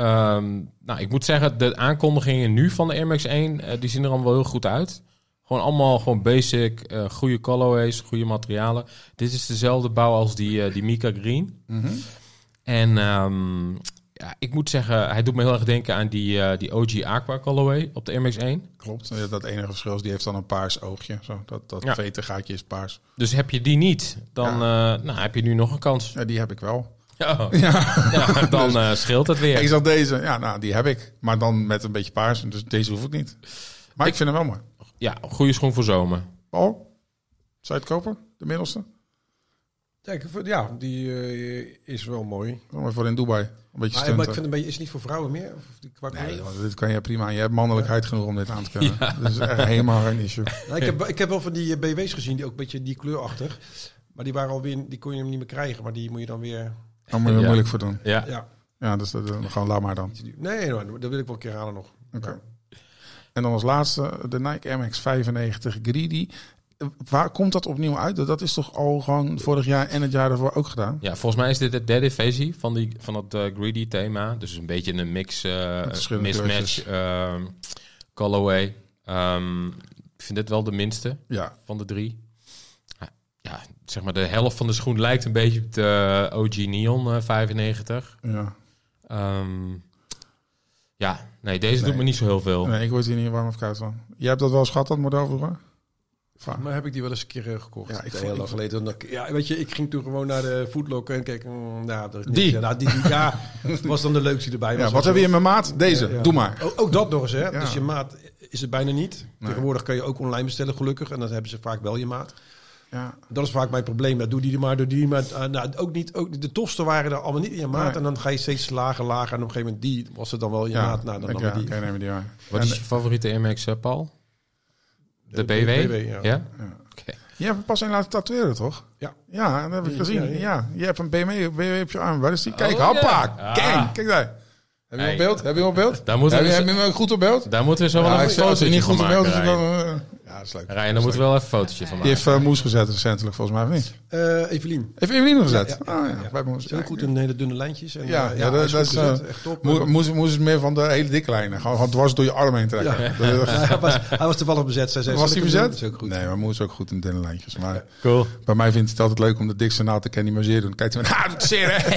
Ik moet zeggen, de aankondigingen nu van de Air Max 1, die zien er allemaal wel heel goed uit. Gewoon allemaal basic, goede colorways, goede materialen. Dit is dezelfde bouw als die Mika Green. En ik moet zeggen, hij doet me heel erg denken aan die OG Aqua colorway op de Air Max 1. Klopt, dat enige verschil is, die heeft dan een paars oogje. Zo, dat vete gaatje is paars. Dus heb je die niet, dan heb je nu nog een kans. Ja, die heb ik wel. Ja, dan scheelt het weer. Ik zag deze, die heb ik. Maar dan met een beetje paars, dus deze hoef ik niet. Maar ik vind hem wel mooi. Ja, een goede schoen voor zomer. Paul, zou je het kopen? De middelste? Ja, die is wel mooi. Maar voor in Dubai. Een beetje Maar ik vind het een beetje, is het niet voor vrouwen meer? Nee, want dit kan je prima. Je hebt mannelijkheid genoeg om dit aan te kunnen. Dat is echt helemaal geen issue. Nou, ik heb wel van die BW's gezien, die ook een beetje die kleurachtig. Maar die waren alweer, die kon je hem niet meer krijgen. Maar die moet je dan weer... Daar moet je er moeilijk voor doen. Ja, dus gewoon laat maar dan. Nee, dat wil ik wel een keer halen nog. Okay. En dan als laatste de Nike Air Max 95 Greedy. Waar komt dat opnieuw uit? Dat is toch al gewoon vorig jaar en het jaar daarvoor ook gedaan? Ja, volgens mij is dit de derde versie van het Greedy thema. Dus een beetje een mismatch colorway. Ik vind dit wel de minste van de 3. Ja, zeg maar de helft van de schoen lijkt een beetje op de OG Neon 95. Ja. Deze doet me niet zo heel veel. Nee, ik word hier niet warm of koud van. Jij hebt dat wel eens gehad, dat model vroeger? Maar heb ik die wel eens een keer gekocht? Ja, ik heel lang geleden. Ja, weet je, ik ging toen gewoon naar de Foot Locker en keek. Die was dan de leukste erbij. Ja, wat heb je in mijn maat? Deze, doe maar. Ook dat nog eens, hè? Ja. Dus je maat is het bijna niet. Nee. Tegenwoordig kan je ook online bestellen, gelukkig. En dan hebben ze vaak wel je maat. Ja. Dat is vaak mijn probleem. Doe die maar. Ook niet. De tofste waren er allemaal niet in je maat. Nee. En dan ga je steeds lager. En op een gegeven moment die was het dan wel in je maat. Nou, dan neem je die aan. Wat is je favoriete Air Max, Paul? De BW? Ja? Okay. Je hebt pas een laten tatoeëren, toch? Ja, dat heb ik gezien. Ja. Je hebt een BMW op je arm. Waar is die? Kijk, hoppa! Kijk daar. Heb je hem op beeld? Heb je hem ook goed op beeld? Daar moeten we zo wel een fotootje niet goed van op beeld maken. Ja, dat is leuk. Ryan, daar moeten we wel even een fotootje van maken. Die heeft Moes gezet recentelijk, volgens mij, of niet? Evelien. Heeft Evelien gezet? Bij Moes. Heel goed in hele dunne lijntjes. En, dat is echt top. Moes is meer van de hele dikke lijnen. Gewoon dwars door je arm heen trekken. Ja. Hij was toevallig bezet. Was hij bezet? Ook goed. Nee, maar Moes is ook goed in dunne lijntjes. Maar cool. Bij mij vindt hij het altijd leuk om de dikste naald te kennen die maar zeer doen. Kijkt hij met, dat is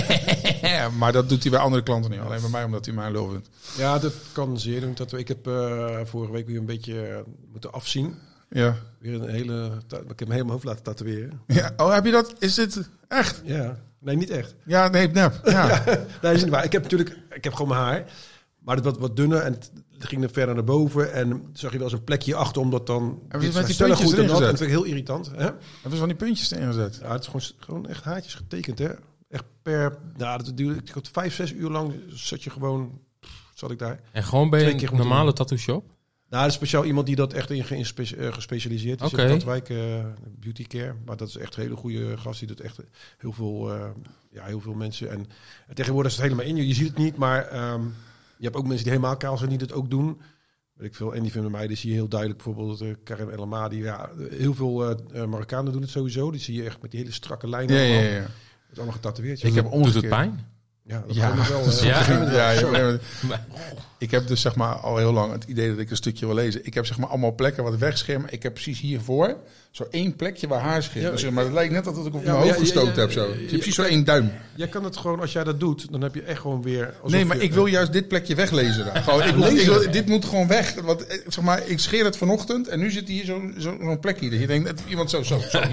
zeer. Maar dat doet hij bij andere klanten niet. Alleen bij mij, omdat hij mij lul vindt. Ja, dat kan zeer doen. Ik heb vorige week weer een beetje moeten afzien. Ja. Weer ik heb hem helemaal hoofd laten tatoeëren. Ja. Oh, heb je dat? Is dit echt? Ja. Nee, niet echt. Ja, nee, nep. Ja. Nee, dat is niet waar. Ik heb gewoon mijn haar. Maar het wat dunner en het ging er verder naar boven. En zag je wel eens een plekje achter, omdat dan... Hebben ze met die puntjes erin gezet? Dat vind ik heel irritant. Hè? Hebben ze van die puntjes erin gezet? Ja, het is gewoon echt haartjes getekend, hè. Echt per... Nou, dat duurde... Ik had 5-6 uur lang zat je gewoon... Zat ik daar. En gewoon bij een normale tattoo shop? Nou, er is speciaal iemand die dat echt in gespecialiseerd is. In Katwijk, Beauty Care. Maar dat is echt een hele goede gast. Die doet echt heel veel mensen. En tegenwoordig is het helemaal in. Je ziet het niet, maar je hebt ook mensen die helemaal kaal zijn die dat ook doen. Weet ik veel. En die vinden mij, die zie je heel duidelijk. Bijvoorbeeld Karim El Amadi. Ja, heel veel Marokkanen doen het sowieso. Die zie je echt met die hele strakke lijnen. Ja. Dat is allemaal getatoeëerd. Ik heb Doet het pijn? Ja, dat wel. Ik heb dus zeg maar al heel lang het idee dat ik een stukje wil lezen. Ik heb zeg maar allemaal plekken wat wegschermen. Ik heb precies hiervoor zo één plekje waar haar schiet. Ja, maar het lijkt net dat ik op mijn hoofd gestoten heb. Zo. Je hebt precies zo één duim. Jij kan het gewoon, als jij dat doet, dan heb je echt gewoon weer... Nee, maar ik wil juist dit plekje weglezen. Gewoon, dit moet gewoon weg. Want zeg maar, ik scheer het vanochtend en nu zit hier zo'n plekje. Dat je denkt, dat iemand zo.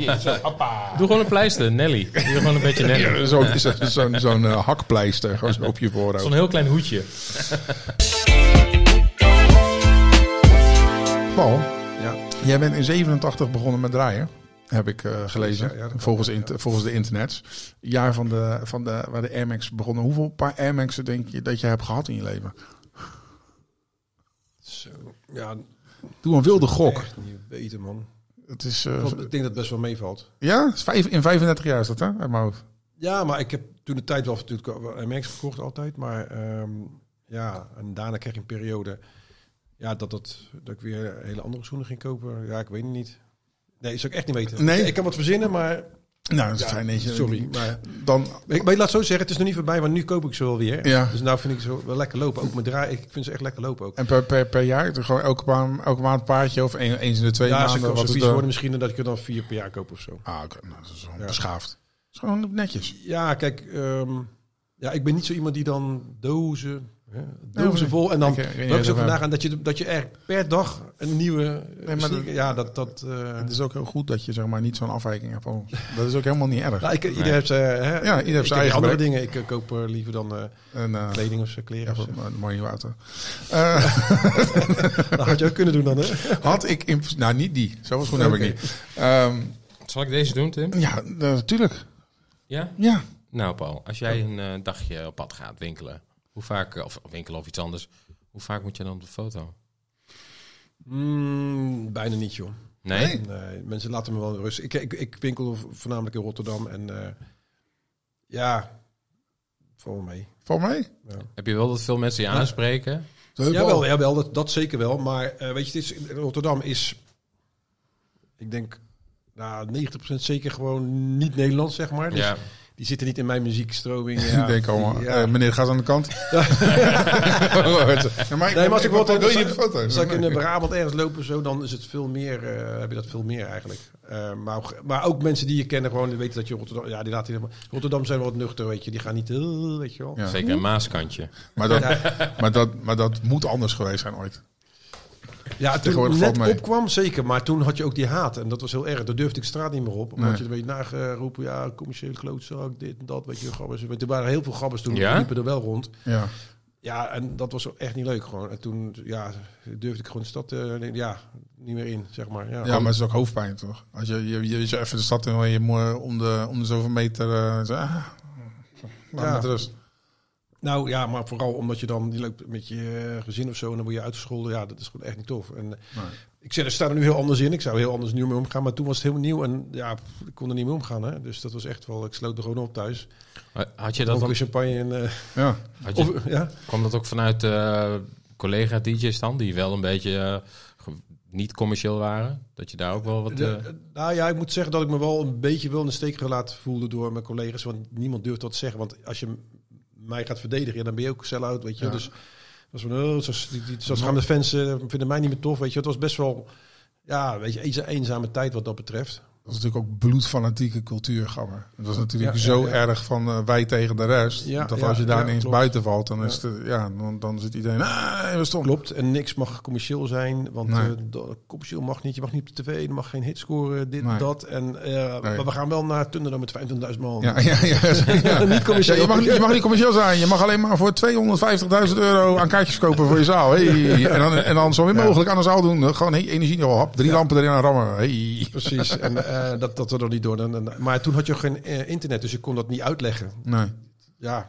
Doe gewoon een pleister, Nelly. Doe gewoon een beetje Nelly. Zo'n hakpleister, gewoon zo op je voorhoofd. Zo'n heel klein hoedje. Paul, jij bent in 87 begonnen met draaien, heb ik gelezen, volgens de internets. Jaar waar de Air Max begonnen. Hoeveel paar Air Max'en denk je dat je hebt gehad in je leven? Zo, ja, doe een wilde gok. Echt niet weten, man. Het is, ik denk dat het best wel meevalt. Ja, in 35 jaar is dat, hè? Uit mijn hoofd. Ja, maar ik heb toen de tijd wel natuurlijk Air Max gekocht altijd, maar en daarna kreeg ik een periode. Ja, dat ik weer hele andere schoenen ging kopen. Ja, ik weet het niet. Nee, dat zou ik echt niet weten. Nee. Ik kan wat verzinnen, maar... Nou, dat is fijn. Nee, sorry. Maar, dan... maar je laat zo zeggen, het is nog niet voorbij, want nu koop ik ze wel weer. Ja. Dus nou vind ik ze wel lekker lopen. Ook met draaien, ik vind ze echt lekker lopen ook. En per jaar? Gewoon elke maand een paardje of eens in de 2 maanden? Ja, als ze vies worden misschien dat ik er dan 4 per jaar koop of zo. Ah, oké. Nou, dat is gewoon beschaafd. Dat is gewoon netjes. Ja, kijk... ik ben niet zo iemand die dan dozen... Dozen vol. En dan Ik weet niet wil ik zo of vandaag aan dat je echt per dag een nieuwe... Het is ook heel goed dat je zeg maar niet zo'n afwijking hebt. Dat is ook helemaal niet erg. Nou, iedereen heeft zijn eigen andere werk. dingen. Ik koop liever dan kleding of kleren. Ja, Of zo. een mooie nieuwe auto. Dat had je ook kunnen doen dan, hè? Had ik... Nou, niet die. Zoveel schoenen heb ik niet. Zal ik deze doen, Tim? Ja, natuurlijk. Ja? Ja. Nou, Paul, als jij een dagje op pad gaat winkelen, hoe vaak, of winkelen of iets anders, hoe vaak moet je dan op de foto? Bijna niet, joh. Nee? Nee, mensen laten me wel rust. Ik winkel voornamelijk in Rotterdam en val mee. Val mee? Ja. Heb je wel dat veel mensen je aanspreken? Jawel, dat zeker wel. Maar weet je, Rotterdam is, ik denk, 90% zeker gewoon niet Nederlands, zeg maar. Dus Ja. die zitten niet in mijn muziekstroming. Ik denk allemaal, meneer, ga eens aan de kant. Maar als ik wil je niet op de foto? Als ik in Brabant ergens lopen, zo, dan is het veel meer, heb je dat veel meer eigenlijk. Maar ook mensen die je kennen, gewoon die weten dat je Rotterdam... Ja, die laten helemaal... Rotterdam zijn wel wat nuchter, weet je. Die gaan niet, weet je wel. Ja. Zeker een Maaskantje. Maar dat moet anders geweest zijn ooit. Ja, Tegenwoordig toen valt net mee. opkwam, zeker. Maar toen had je ook die haat. En dat was heel erg. Daar durfde ik de straat niet meer op. Omdat Nee. je een beetje nageroepen, ja, commerciële klootzak, dit en dat, weet je, gabbers. Er waren heel veel gabbers toen, Ja? die liepen er wel rond. Ja. Ja, en dat was echt niet leuk gewoon. En toen, durfde ik gewoon de stad, niet meer in, zeg maar. Ja, Maar het is ook hoofdpijn, toch? Als je even de stad in wil, je moet om de zoveel meter... laat met rust. Nou ja, maar vooral omdat je dan, die loopt met je gezin of zo, en dan word je uitgescholden. Ja, dat is gewoon echt niet tof. En ik zeg, er staat er nu heel anders in. Ik zou heel anders nu mee omgaan. Maar toen was het helemaal nieuw. En ja, ik kon er niet mee omgaan. Hè. Dus dat was echt wel... Ik sloot er gewoon op thuis. Had je dat Ook dan, champagne en... Ja. kwam dat ook vanuit collega-dj's dan, die wel een beetje niet commercieel waren? Dat je daar ook wel wat... Nou ja, ik moet zeggen dat ik me wel een beetje in de steek gelaten voelde door mijn collega's. Want niemand durft wat te zeggen. Want als je mij gaat verdedigen, dan ben je ook sell-out, weet je. Ja. Dus was van, zoals gaan de fans vinden mij niet meer tof, weet je. Het was best wel, weet je, eenzame tijd wat dat betreft. Dat is natuurlijk ook bloedfanatieke cultuur, Gabber. Dat is natuurlijk Ja, erg van wij tegen de rest. Ja, dat als je daar ineens klopt. buiten valt, dan is het, dan zit iedereen... we stonden. Klopt, en niks mag commerciëel zijn, want Nee. commercieel mag niet. Je mag niet op tv, je mag geen hit scoren, dit, Nee. dat. En, Maar we gaan wel naar Thunderdome met 25.000 man. Ja. Niet commercieel. Ja, je mag niet commercieel zijn. Je mag alleen maar voor €250.000 aan kaartjes kopen voor je zaal. Hey. En dan zo min mogelijk aan de zaal doen. Gewoon energie, hap, 3 lampen erin aan rammen. Hey. Precies, en dat we er niet door. Maar toen had je geen internet, dus je kon dat niet uitleggen. Nee. Ja,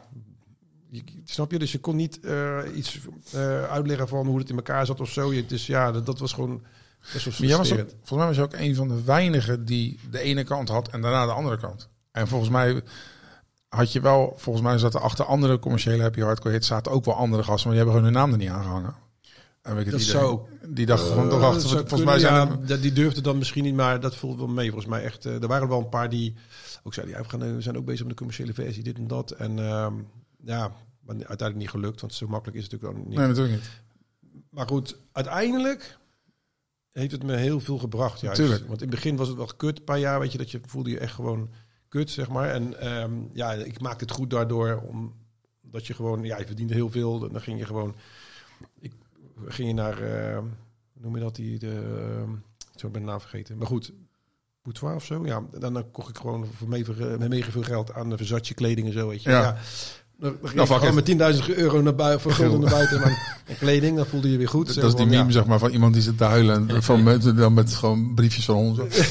snap je? Dus je kon niet iets uitleggen van hoe het in elkaar zat of zo. Dus ja, dat was gewoon best wel Maar jij was ook, frustrerend. volgens mij was je ook een van de weinigen die de ene kant had en daarna de andere kant. En volgens mij had je wel, zaten achter andere commerciële happy hardcore hits zaten ook wel andere gasten, maar die hebben gewoon hun naam er niet aangehangen. En weet ik het Dat idee. zou Die dacht gewoon toch achter. Volgens mij zijn die durfde dan misschien niet, maar dat voelde wel mee. Volgens mij echt. Er waren wel een paar die ook zeiden, we zijn ook bezig met de commerciële versie, dit en dat. En maar uiteindelijk niet gelukt, want zo makkelijk is het natuurlijk dan niet. Nee, natuurlijk niet. Maar goed, uiteindelijk heeft het me heel veel gebracht. Juist. Tuurlijk. Want in het begin was het wel kut, een paar jaar, weet je, dat je voelde je echt gewoon kut, zeg maar. En ik maakte het goed daardoor, omdat je gewoon, je verdiende heel veel. Dan ging je gewoon, ging je naar, hoe noem je dat, zo ben ik de naam vergeten. Maar goed, Boudoir of zo, ja. Dan kocht ik gewoon voor mega veel geld aan de Versace kleding en zo, weet je. Ja. Dan ging je gewoon met €10.000 naar buiten, voor gulden naar buiten en kleding, dan voelde je weer goed. Dat is die meme, zeg maar, van iemand die zit te huilen en dan met gewoon briefjes van ons.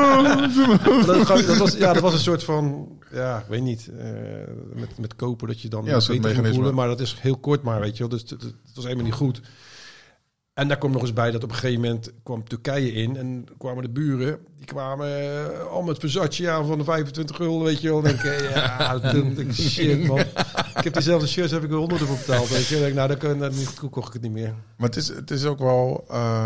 Dat was een soort van, ik weet niet, met kopen dat je dan beter ging voelen, maar dat is heel kort maar, weet je wel. Dus het was helemaal niet goed. En daar komt nog eens bij dat op een gegeven moment kwam Turkije in en kwamen de buren, die kwamen al met Versace aan van de €25, weet je wel. Dan denk ik, shit man. Ik heb diezelfde shirts, heb ik er 100 voor betaald, weet je. Dan denk ik, dan kocht ik het niet meer. Maar het is ook wel...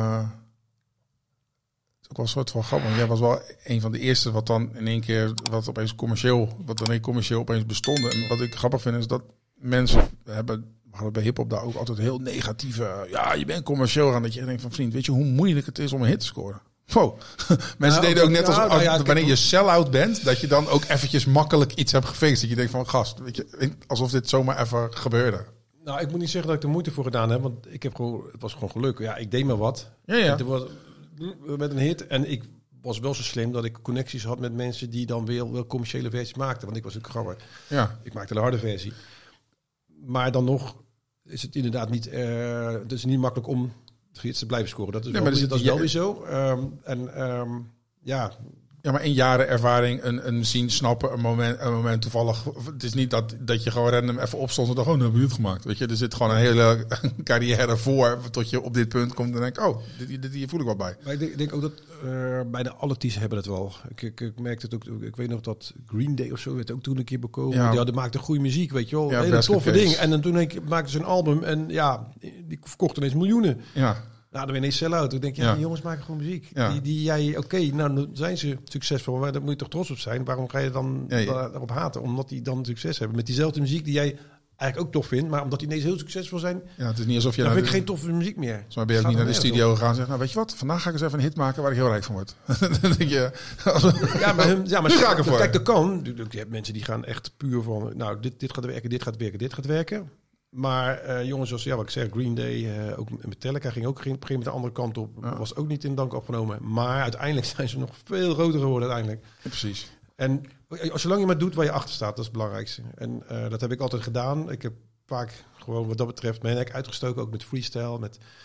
een soort van grappig. Jij was wel een van de eerste wat dan in één keer wat dan commercieel opeens bestonden. En wat ik grappig vind is dat mensen hadden bij hiphop daar ook altijd heel negatieve. Ja, je bent commercieel aan dat je denkt van vriend, weet je hoe moeilijk het is om een hit te scoren? Wow. Mensen deden ook net als wanneer je sell-out bent, dat je dan ook eventjes makkelijk iets hebt gefixt. Dat je denkt van gast, weet je, alsof dit zomaar even gebeurde. Nou, ik moet niet zeggen dat ik er moeite voor gedaan heb, want het was gewoon geluk. Ja, ik deed maar wat. Ja. En toen was met een hit en ik was wel zo slim dat ik connecties had met mensen die dan wel commerciële versies maakten. Want ik was ook gabber. Ja. Ik maakte de harde versie. Maar dan nog is het inderdaad niet, het is niet makkelijk om hits te blijven scoren. Dat is wel weer zo. Ja, maar in jaren ervaring, een zien, snappen, een moment toevallig. Het is niet dat je gewoon random even opstond en dacht, oh, nou hebben we dit gemaakt. Weet je, er zit gewoon een hele carrière voor tot je op dit punt komt en denk ik, oh, hier voel ik wel bij. Maar ik denk ook dat bijna alle artiesten hebben het wel. Ik merkte het ook, ik weet nog dat Green Day of zo werd ook toen een keer bekomen. Ja. Die maakte goede muziek, weet je wel. Ja, hele toffe ding. En dan toen maakte ze een album en ja, die verkocht ineens miljoenen. Ja. Nou, dan ben je ineens sell-out. Ik denk, die jongens maken gewoon muziek. Ja. Nou zijn ze succesvol, maar daar moet je toch trots op zijn. Waarom ga je dan daarop haten? Omdat die dan succes hebben. Met diezelfde muziek die jij eigenlijk ook tof vindt, maar omdat die ineens heel succesvol zijn. Ja, het is niet alsof je... Dan vind ik geen toffe muziek meer. Maar ben je ook niet naar de studio gegaan en zeggen, nou weet je wat, vandaag ga ik eens even een hit maken waar ik heel rijk van word. Dan denk je... maar ga ik ervoor. Kijk, dat kan. Je hebt mensen die gaan echt puur van, nou, dit gaat werken, dit gaat werken, dit gaat werken. Maar jongens zoals, wat ik zeg, Green Day, ook Metallica ging ook op een gegeven moment de andere kant op. Ja. Was ook niet in dank opgenomen. Maar uiteindelijk zijn ze nog veel groter geworden uiteindelijk. Ja, precies. En zolang je maar doet waar je achter staat, dat is het belangrijkste. En dat heb ik altijd gedaan. Ik heb vaak gewoon wat dat betreft mijn nek uitgestoken, ook met freestyle.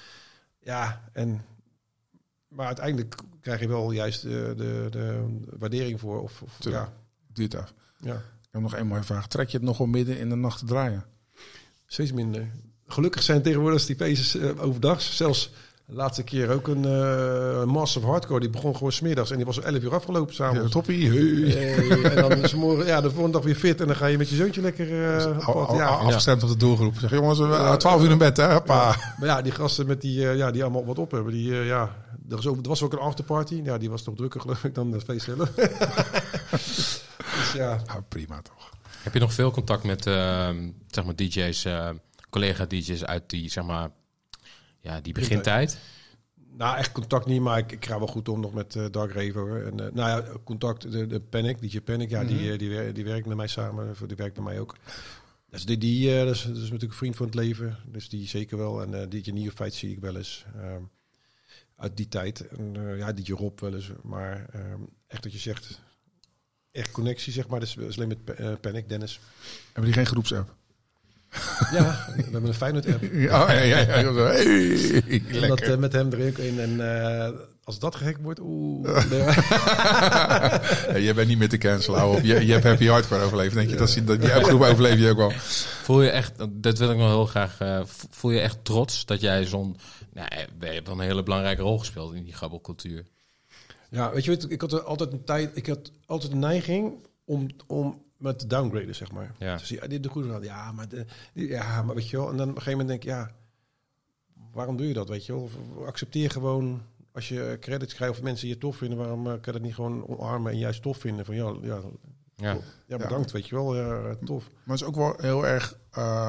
Maar uiteindelijk krijg je wel juist de waardering voor. Duurt af. Ja. Ik heb nog één mooie vraag. Trek je het nog wel midden in de nacht te draaien? Steeds minder. Gelukkig zijn tegenwoordig die feestjes overdag. Zelfs de laatste keer ook een Massive Hardcore. Die begon gewoon 's middags en die was 11 uur afgelopen s'avonds. Ja, toppie. En dan is morgen, de volgende dag weer fit en dan ga je met je zoontje lekker afgestemd op de doelgroep. Zeg jongens, 12 uur in bed, hè? Hoppa. Maar ja, die gasten met die allemaal wat op hebben. Er was ook een afterparty. Ja, die was toch drukker geloof ik dan het feest zelf. Dus ja. Prima toch. Heb je nog veel contact met zeg maar DJ's, collega-DJ's uit die, zeg maar, die begintijd? Nou, echt contact niet, maar ik ga wel goed om nog met Dark Revo. En contact, de Panic, DJ Panic, die werkt met mij samen. Die werkt met mij ook. Dus dat is natuurlijk een vriend van het leven. Dus die zeker wel. En DJ Neophyte zie ik wel eens. Uit die tijd. En DJ Rob wel eens. Maar echt dat je zegt... Echt connectie, zeg maar. Dus alleen met Panic, Dennis. Hebben die geen groepsapp? Ja, we hebben een Feyenoord-app. Ja. Dat met hem erin in. En als dat gehackt wordt, Je bent niet meer te cancelen, hou op. Je hebt Happy Hardcore overleefd. Denk je dat die appgroep overleef je ook wel? Voel je echt, dat wil ik nog heel graag, voel je echt trots dat jij je hebt een hele belangrijke rol gespeeld in die gabbelcultuur? Ja, weet je, ik had altijd een neiging om met te downgraden, zeg maar. Ja. Dus dit de goede maar weet je wel. En dan op een gegeven moment denk ik, waarom doe je dat, weet je wel? Of accepteer gewoon, als je credits krijgt of mensen je tof vinden, waarom kan je dat niet gewoon omarmen en juist tof vinden? Van bedankt, weet je wel, tof. Maar het is ook wel heel erg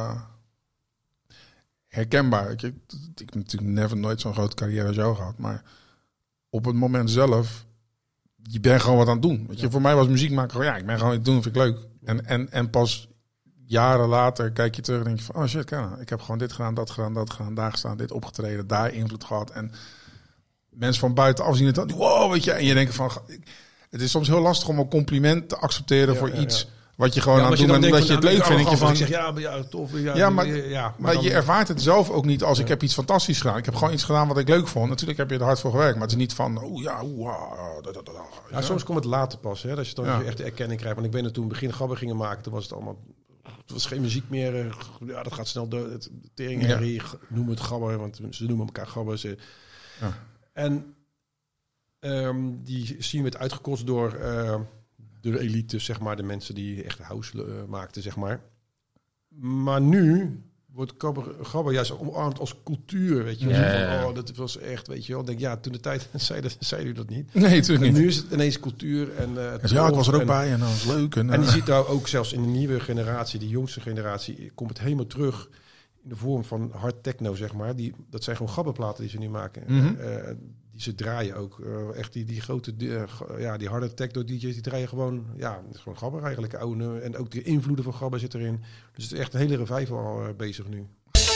herkenbaar. Ik heb natuurlijk nooit zo'n grote carrière als jou gehad, maar op het moment zelf, je bent gewoon wat aan het doen. Weet je, voor mij was muziek maken gewoon, ik ben gewoon aan het doen, vind ik leuk. En pas jaren later kijk je terug en denk je van, oh shit, ik heb gewoon dit gedaan, dat gedaan, daar gestaan, dit opgetreden, daar invloed gehad. En mensen van buitenaf zien het dan, wow, weet je. En je denkt van, het is soms heel lastig om een compliment te accepteren voor iets wat je gewoon aan het doen bent, omdat je het leuk vindt. Van, tof. Maar je ervaart het zelf ook niet als ik heb iets fantastisch gedaan. Ik heb gewoon iets gedaan wat ik leuk vond. Natuurlijk heb je er hard voor gewerkt, maar het is niet van, soms komt het later pas, hè, dat je dan echt de erkenning krijgt. Want ik ben er toen in het begin gabber gingen maken, toen was het allemaal... Het was geen muziek meer. Dat gaat snel door. Tering, noem het gabber, want ze noemen elkaar gabbers. En die scene werd uitgekost door de elite, zeg maar, de mensen die echt house maakten, zeg maar. Maar nu wordt gabber juist omarmd als cultuur, weet je wel. Van, dat was echt, weet je wel. Ik denk, toen de tijd zei u dat niet. Nee, natuurlijk niet. Nu is het ineens cultuur. Ik was er ook bij en dat was leuk. En je ziet daar ook zelfs in de nieuwe generatie, de jongste generatie, komt het helemaal terug in de vorm van hard techno, zeg maar. Dat zijn gewoon gabberplaten die ze nu maken. Die ze draaien ook. Echt die grote, die harde techno-dj's, die draaien gewoon... Ja, het is gewoon gabber eigenlijk. Oude, en ook de invloeden van gabber zit erin. Dus het is echt een hele revival bezig nu.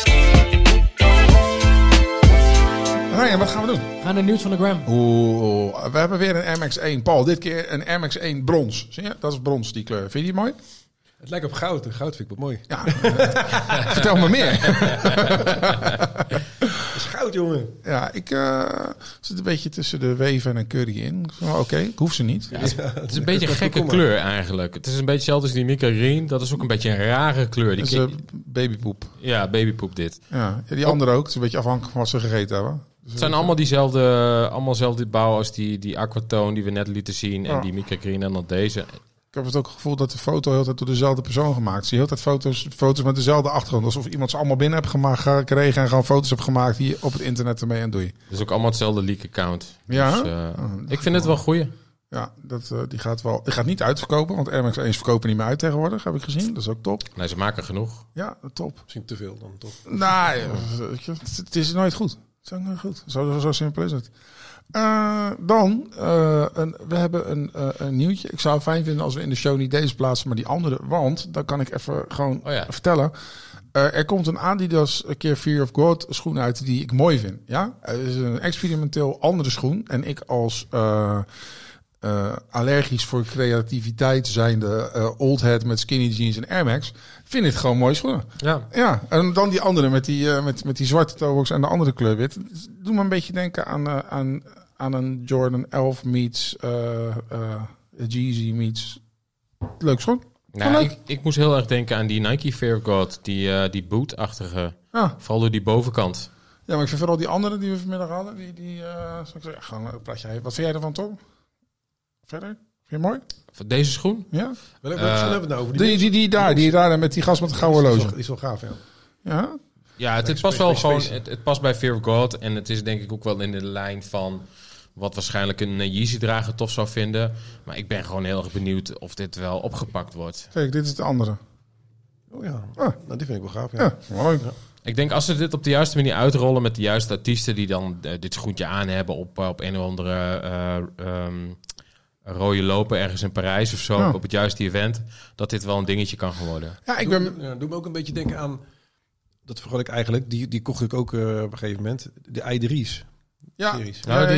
Ryan, wat gaan we doen? We gaan naar nieuws van de gram. We hebben weer een Air Max 1. Paul, dit keer een Air Max 1 brons. Zie je? Dat is brons, die kleur. Vind je die mooi? Het lijkt op goud. En goud vind ik wat mooi. Ja. Vertel me meer. Het is goud, jongen. Ja, ik zit een beetje tussen de Weven en Curry in. Oké, ik hoef ze niet. Ja, het is een beetje een gekke kleur eigenlijk. Het is een beetje hetzelfde als die Mika Green. Dat is ook een beetje een rare kleur. Dat is babypoep. Ja, babypoep dit. Ja, die andere ook. Het is een beetje afhankelijk van wat ze gegeten hebben. Dus het zijn allemaal dezelfde bouw als die Aquatone die we net lieten zien. En die Mika Green en dan deze. Ik heb het ook het gevoel dat de foto heel tijd door dezelfde persoon gemaakt is. Je heel tijd foto's met dezelfde achtergrond. Alsof iemand ze allemaal binnen heeft gekregen en gewoon foto's heeft gemaakt hier op het internet ermee en doe je. Het is ook allemaal hetzelfde leak-account. Ja? Dus, ik vind het wel goeie. Ja, die gaat niet uitverkopen, want Air Max 1's verkopen niet meer uit tegenwoordig, heb ik gezien. Dat is ook top. Nee, ze maken genoeg. Ja, top. Misschien te veel dan, toch? Nou, het is nooit goed. Het is nooit goed. Zo simpel is het. We hebben een nieuwtje. Ik zou het fijn vinden als we in de show niet deze plaatsen, maar die andere. Want dan kan ik even gewoon vertellen. Er komt een Adidas keer Fear of God schoen uit die ik mooi vind. Ja? Het is een experimenteel andere schoen. En ik als allergisch voor creativiteit zijnde oldhead met skinny jeans en Air Max vind het gewoon mooie schoenen. Ja. En dan die andere met die zwarte toebox en de andere kleur wit. Doe me een beetje denken aan een Jordan 11 meets Yeezy meets leuk schoen. Nou, ik moest heel erg denken aan die Nike Fear of God, die boot-achtige. Vooral door die bovenkant. Ja, maar ik vind vooral die andere die we vanmiddag hadden. Zal ik zeggen, gewoon een plaatje. Wat vind jij ervan, Tom? Verder? Vind je mooi? Voor deze schoen? Ja. Welke schoen hebben we nou over? Die daar met die gast met de gouden horloge. Die is wel gaaf, ja. Ja? Ja, het past wel gewoon. Het past bij Fear of God. En het is denk ik ook wel in de lijn van wat waarschijnlijk een Yeezy-drager tof zou vinden. Maar ik ben gewoon heel erg benieuwd of dit wel opgepakt wordt. Kijk, dit is de andere. Oh ja. Nou, die vind ik wel gaaf, ja. Mooi. Ja. Ik denk als ze dit op de juiste manier uitrollen met de juiste artiesten die dan dit schoentje aan hebben op een of andere rode lopen ergens in Parijs of zo, op het juiste event, dat dit wel een dingetje kan gaan worden. Ja, doe me ook een beetje denken aan, dat vergat ik eigenlijk, die kocht ik ook op een gegeven moment, de i3's. Ja, series.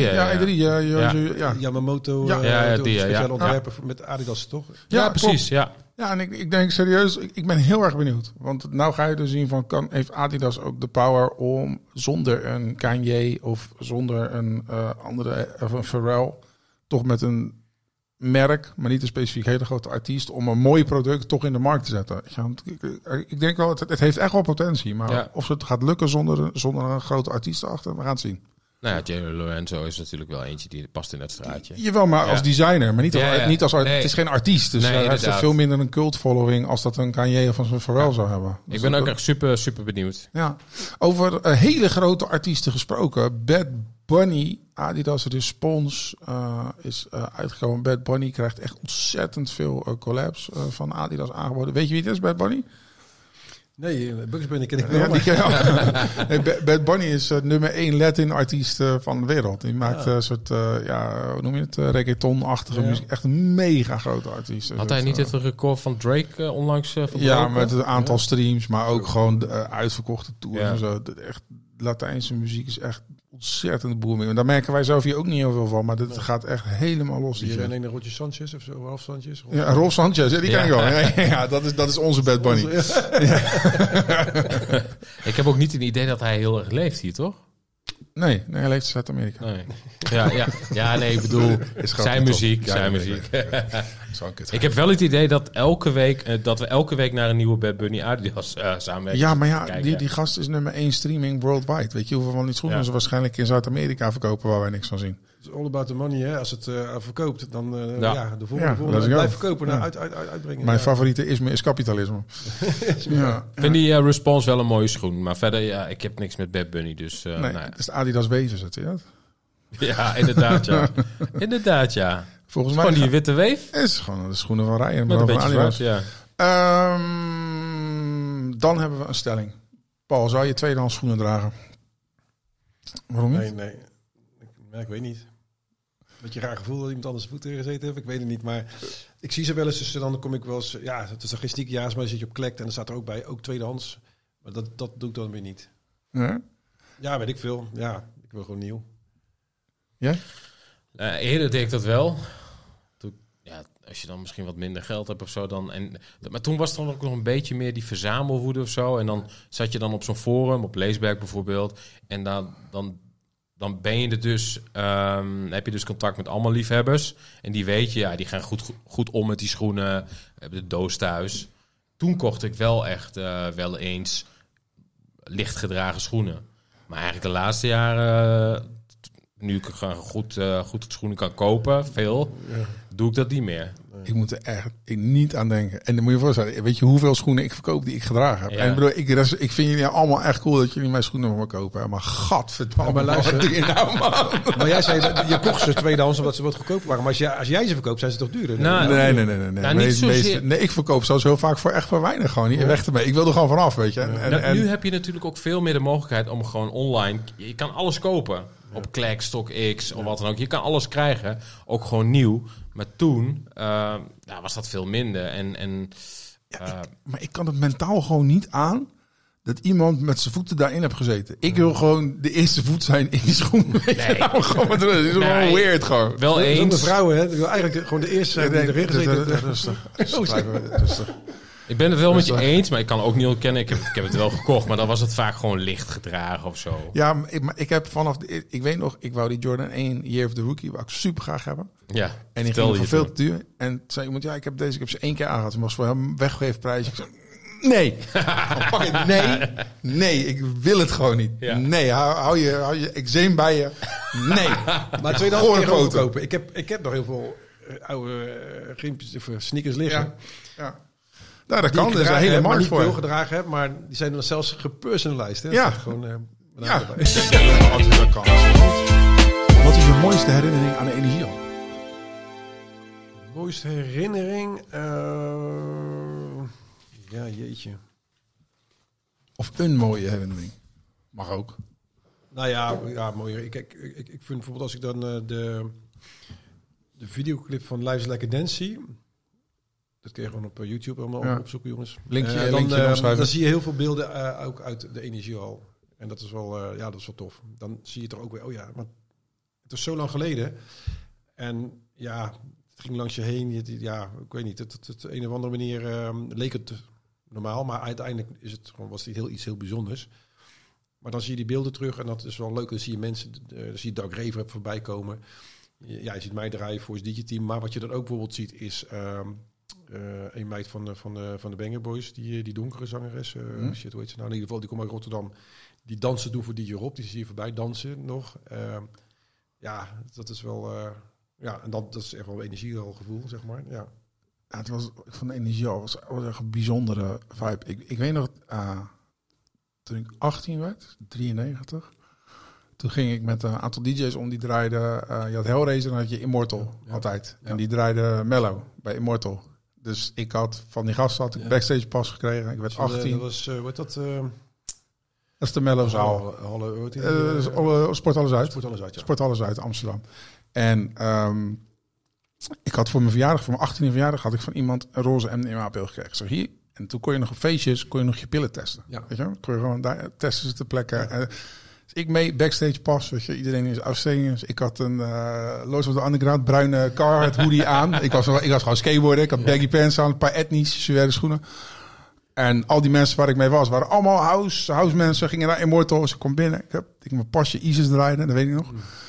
Yamamoto. Speciale ontwerpen met Adidas, toch? Ja, precies. Ja, en ik denk serieus, ik ben heel erg benieuwd. Want nou ga je dus zien van, heeft Adidas ook de power om zonder een Kanye of zonder een andere, of een Pharrell, toch met een merk, maar niet een specifiek hele grote artiest, om een mooi product toch in de markt te zetten. Ik denk wel, het heeft echt wel potentie. Maar of het gaat lukken zonder een grote artiest erachter, we gaan het zien. Nou ja, Jerry Lorenzo is natuurlijk wel eentje die past in dat straatje. Jawel, maar als designer, maar niet als artiest. Het is geen artiest, dus hij heeft veel minder een cult following als dat een Kanye of een Pharrell zou hebben. Dus ik ben ook echt super benieuwd. Ja, over hele grote artiesten gesproken. Bad Bunny, Adidas Response is uitgekomen. Bad Bunny krijgt echt ontzettend veel collabs van Adidas aangeboden. Weet je wie het is, Bad Bunny? Nee, Bugs Bunny ken ik wel. Bad Bunny is nummer 1 Latin artiest van de wereld. Die maakt een soort, hoe noem je het, reggaeton-achtige muziek. Echt een mega grote artiest. Had hij niet het record van Drake onlangs verbroken? Ja, met het aantal streams, maar ook gewoon uitverkochte tours en zo. Echt, Latijnse muziek is echt ontzettend booming. En daar merken wij zelf hier ook niet heel veel van, maar dit gaat echt helemaal los. Hier en een Roger Sanchez of zo, Rolf Sanchez. Ja, Rolf Sanchez, die ken ik wel. Ja, dat is onze Bad Bunny. Ik heb ook niet een idee dat hij heel erg leeft hier, toch? Nee, hij leeft in Zuid-Amerika. Nee. Nee, ik bedoel, zijn muziek. Ik heb wel het idee dat we elke week naar een nieuwe Bad Bunny Adidas samenwerken. Ja, maar die gast is nummer 1 streaming worldwide. Weet je hoeveel van die schoenen ze waarschijnlijk in Zuid-Amerika verkopen waar wij niks van zien. Het is all about the money, hè. Als het verkoopt, dan de volgende blijft verkopen, uitbrengen. Mijn favoriete isme is kapitalisme. Ik vind die Response wel een mooie schoen, maar verder, ik heb niks met Bad Bunny, dus... het is de Adidas Weven, zet je dat? Ja, inderdaad, ja. Volgens mij gewoon die witte weef? Is gewoon de schoenen van Ryan. Met een beetje zwart, ja. Dan hebben we een stelling. Paul, zou je tweedehands schoenen dragen? Waarom niet? Nee. Ik weet niet. Beetje raar gevoel dat iemand anders voeten gezeten heeft. Ik weet het niet, maar ik zie ze wel eens. Dus dan kom ik wel eens... Ja, het is dan geen sneakerjaars, maar dan zit je op Klekt en dan staat er ook bij, ook tweedehands. Maar dat doe ik dan weer niet. Ja? Ja, weet ik veel. Ja, ik wil gewoon nieuw. Ja? Eerder deed ik dat wel. Als je dan misschien wat minder geld hebt of zo. Maar toen was er dan ook nog een beetje meer die verzamelwoede of zo. En dan zat je dan op zo'n forum, op Leesberg bijvoorbeeld. En dan ben je er dus, heb je dus contact met allemaal liefhebbers. En die weet je, die gaan goed om met die schoenen. We hebben de doos thuis. Toen kocht ik wel echt wel eens licht gedragen schoenen. Maar eigenlijk de laatste jaren, nu ik gewoon goed schoenen kan kopen, veel, doe ik dat niet meer. Ik moet er echt niet aan denken. En dan moet je voorstellen, weet je hoeveel schoenen ik verkoop die ik gedragen heb? Ja. En ik vind jullie allemaal echt cool dat jullie mijn schoenen van me kopen. Maar gadverdamme, maar luister, wat doe je nou, man? Maar jij zei, je kocht ze tweedehands omdat ze wat goedkoper waren. Maar als jij ze verkoopt, zijn ze toch duurder? Nee. Nee, ik verkoop zoals heel vaak voor weinig gewoon. Niet weg ermee. Ik wil er gewoon vanaf, weet je. Nu heb je natuurlijk ook veel meer de mogelijkheid om gewoon online... Je kan alles kopen. Op Klek, StockX of wat dan ook. Je kan alles krijgen. Ook gewoon nieuw. Maar toen was dat veel minder. Maar ik kan het mentaal gewoon niet aan dat iemand met zijn voeten daarin heeft gezeten. Ik wil gewoon de eerste voet zijn in die schoen. Gewoon met rust. Dat is gewoon weird gewoon. Wel eens. Zonder vrouwen, hè? Ik wil eigenlijk gewoon de eerste zijn die erin gezeten. Rustig. Ik ben het wel met je eens, maar ik kan ook niet ontkennen. Ik heb het wel gekocht, maar dan was het vaak gewoon licht gedragen of zo. Ja, maar ik heb ik weet nog, ik wou die Jordan 1 Year of the Rookie, wou ik super graag hebben. Ja. En die ging voor veel te duur. En zei iemand, ik heb ze 1 keer aangehad. Ze was voor hem weggegeven prijs. Ik zei, nee, ik wil het gewoon niet. Ja. Nee, hou je eczeem bij je. Nee. Maar tweedehands kun je gewoon kopen. Ik heb nog heel veel oude riempjes of sneakers liggen. Ja. Nou, dat kan. Er is een hele markt voor. Die ik veel gedragen heb, maar die zijn dan zelfs gepersonalized. Hè? Ja. Gewoon, dat kan. Wat is je mooiste herinnering aan de Energiehal? Mooiste herinnering? Ja, jeetje. Of een mooie herinnering. Mag ook. Nou ja, mooier. Ik vind bijvoorbeeld als ik dan de videoclip van Live is Like a Dance zie. Dat kun je gewoon op YouTube allemaal opzoeken, jongens. Linkje dan zie je heel veel beelden ook uit de Energiehal. En dat is wel, dat is wel tof. Dan zie je toch ook weer, maar het is zo lang geleden. En ja, het ging langs je heen. Ik weet niet. Het een of andere manier leek het normaal, maar uiteindelijk was het iets heel bijzonders. Maar dan zie je die beelden terug en dat is wel leuk. Dan zie je mensen, dan zie je Doug Raver voorbij komen. Ja, je ziet mij draaien voor het DJ-team. Maar wat je dan ook bijvoorbeeld ziet is een meid van de Banger Boys, die donkere zangeres. Hoe heet ze nou? In ieder geval, die komt uit Rotterdam. Die dansen doen voor DJ Rob. Die zie je voorbij dansen nog. Dat is wel... en dat is echt wel een energiegevoel, zeg maar. Ja. Ja, het was van de Energiehal was echt een bijzondere vibe. Ik weet nog, toen ik 18 werd, 93, toen ging ik met een aantal DJ's om die draaiden. Je had Hellraiser en had je Immortal altijd. Ja. En die draaide Mellow bij Immortal. Dus ik had van die gasten backstage pas gekregen. Ik werd 18. Dat was, wat dat? Dat is de Mellow-zaal. Sporthalle Zuid. Sporthalle Zuid, Amsterdam. En ik had voor mijn 18e verjaardag, had ik van iemand een roze MDMA-pil gekregen. Ik zeg hier. En toen kon je nog op feestjes, je pillen testen. Ja. Weet je? Kon je gewoon daar testen ze ter plekke. Ja. Dus ik mee, backstage pas, weet je, iedereen is afsteding. Dus ik had een Lords of the Underground bruine Carhartt hoodie aan. ik was gewoon skateboarden. Ik had baggy pants aan, een paar etnisch suède schoenen. En al die mensen waar ik mee was, waren allemaal house mensen. Gingen naar Immortal. Dus ik kwam binnen. Ik mijn pasje Isis draaide, dat weet ik nog.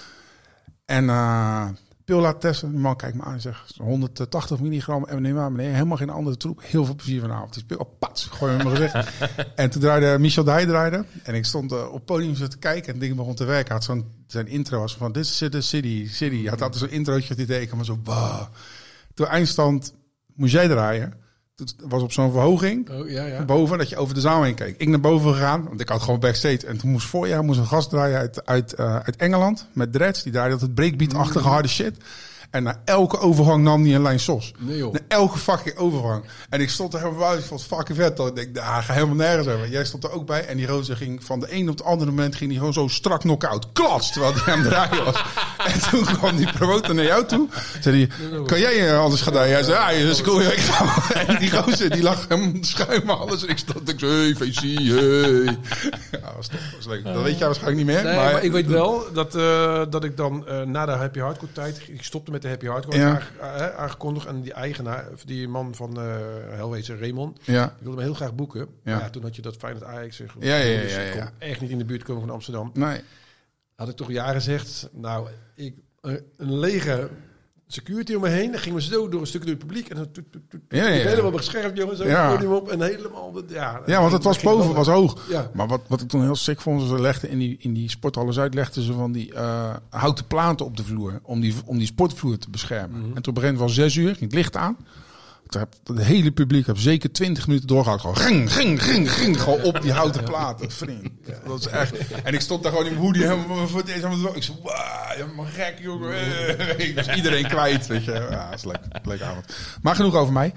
En pil laten testen. Die man kijkt me aan en zegt 180 milligram MDMA, meneer. Helemaal geen andere troep. Heel veel plezier vanavond. Dus pil, pats, gooi hem in mijn gezicht. En toen draaide Michel Dij draaide. En ik stond op het podium te kijken en ding begon te werken. Had zijn intro was van This is the city. Hij had altijd zo'n introotje die teken, maar zo bah. Toen eindstand moest jij draaien. Het was op zo'n verhoging. Boven, dat je over de zaal heen keek. Ik naar boven gegaan, want ik had gewoon backstage. En toen moest een gast draaien uit Engeland. Met dreads. Die draaide altijd breakbeat-achtige harde shit. En na elke overgang nam hij een lijn sos. Nee, joh. Na elke fucking overgang. En ik stond er helemaal buiten. Ik vond het fucking vet. Dat ik denk, ga helemaal nergens over. Jij stond er ook bij. En die roze ging van de een op het andere moment ging hij gewoon zo strak knock-out. Klats, terwijl hij aan het draaien was. En toen kwam die promotor naar jou toe. Zei hij, kan jij anders gaan draaien? Hij zei, ja, dat is cool. En die roze, die lag helemaal schuim alles. En ik stond ik zo, hey, VC, hey. Ja, was top. Was leuk. Dat weet jij waarschijnlijk niet meer. Nee, maar ik weet wel dat ik dan na de Happy Hardcore tijd... Ik stopte met de Happy Hardcore aangekondigd. En die eigenaar, die man van Hellraiser, Raymond... Ja. Die wilde me heel graag boeken. Ja. Maar ja, toen had je dat Feyenoord Ajax. Dus ik kon echt niet in de buurt komen van Amsterdam. Nee. Had ik toch ja gezegd. Nou, een lege security om me heen. Dan gingen we zo door een stuk door het publiek. En dan helemaal beschermd, jongens. Zo podium op en helemaal... Ja, want het was boven, was hoog. Ja. Maar wat ik toen heel sick vond, ze legden in die sporthallen Zuid legden ze van die houten platen op de vloer om die sportvloer te beschermen. En toen begint het was 6 uur, ging het licht aan. Het hele publiek heb zeker 20 minuten doorgehaald. Gewoon ging gewoon op die houten platen. Vriend. Ja, dat is echt. En ik stond daar gewoon in mijn hoodie helemaal voor het eerst. Ik zei, wauw, helemaal gek, jongen. Dus iedereen kwijt, weet je. Ja, dat is leuk. Leuke avond. Maar genoeg over mij.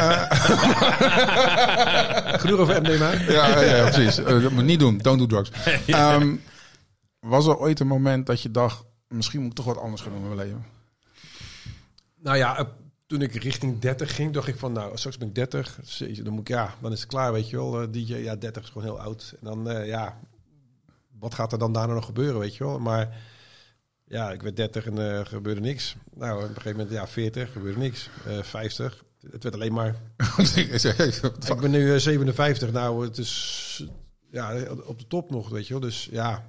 Genoeg over MDMA. Ja, precies. Dat moet niet doen. Don't do drugs. Was er ooit een moment dat je dacht, misschien moet ik toch wat anders gaan doen in mijn leven? Nou ja, toen ik richting 30 ging, dacht ik van, nou, straks ben ik 30. Dan moet ik, dan is het klaar, weet je wel. DJ, 30 is gewoon heel oud. En dan, wat gaat er dan daarna nog gebeuren, weet je wel. Maar ja, ik werd 30 en gebeurde niks. Nou, op een gegeven moment, 40, gebeurde niks. 50, het werd alleen maar... Ik ben nu 57, nou, het is op de top nog, weet je wel. Dus ja,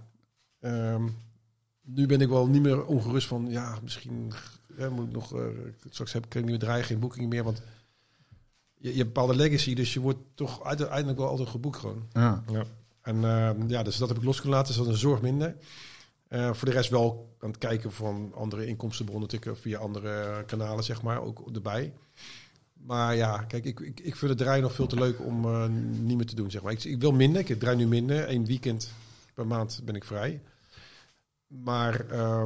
nu ben ik wel niet meer ongerust van, misschien... moet ik nog, straks heb ik niet meer draaien, geen boekingen meer, want je hebt een bepaalde legacy, dus je wordt toch uiteindelijk wel altijd geboekt gewoon. Ja. En dus dat heb ik los kunnen laten, dus dat is een zorg minder. Voor de rest wel aan het kijken van andere inkomstenbronnen via andere kanalen, zeg maar, ook erbij. Maar ja, kijk, ik vind het draaien nog veel te leuk om niet meer te doen, zeg maar. Ik wil minder, ik draai nu minder. 1 weekend per maand ben ik vrij. Maar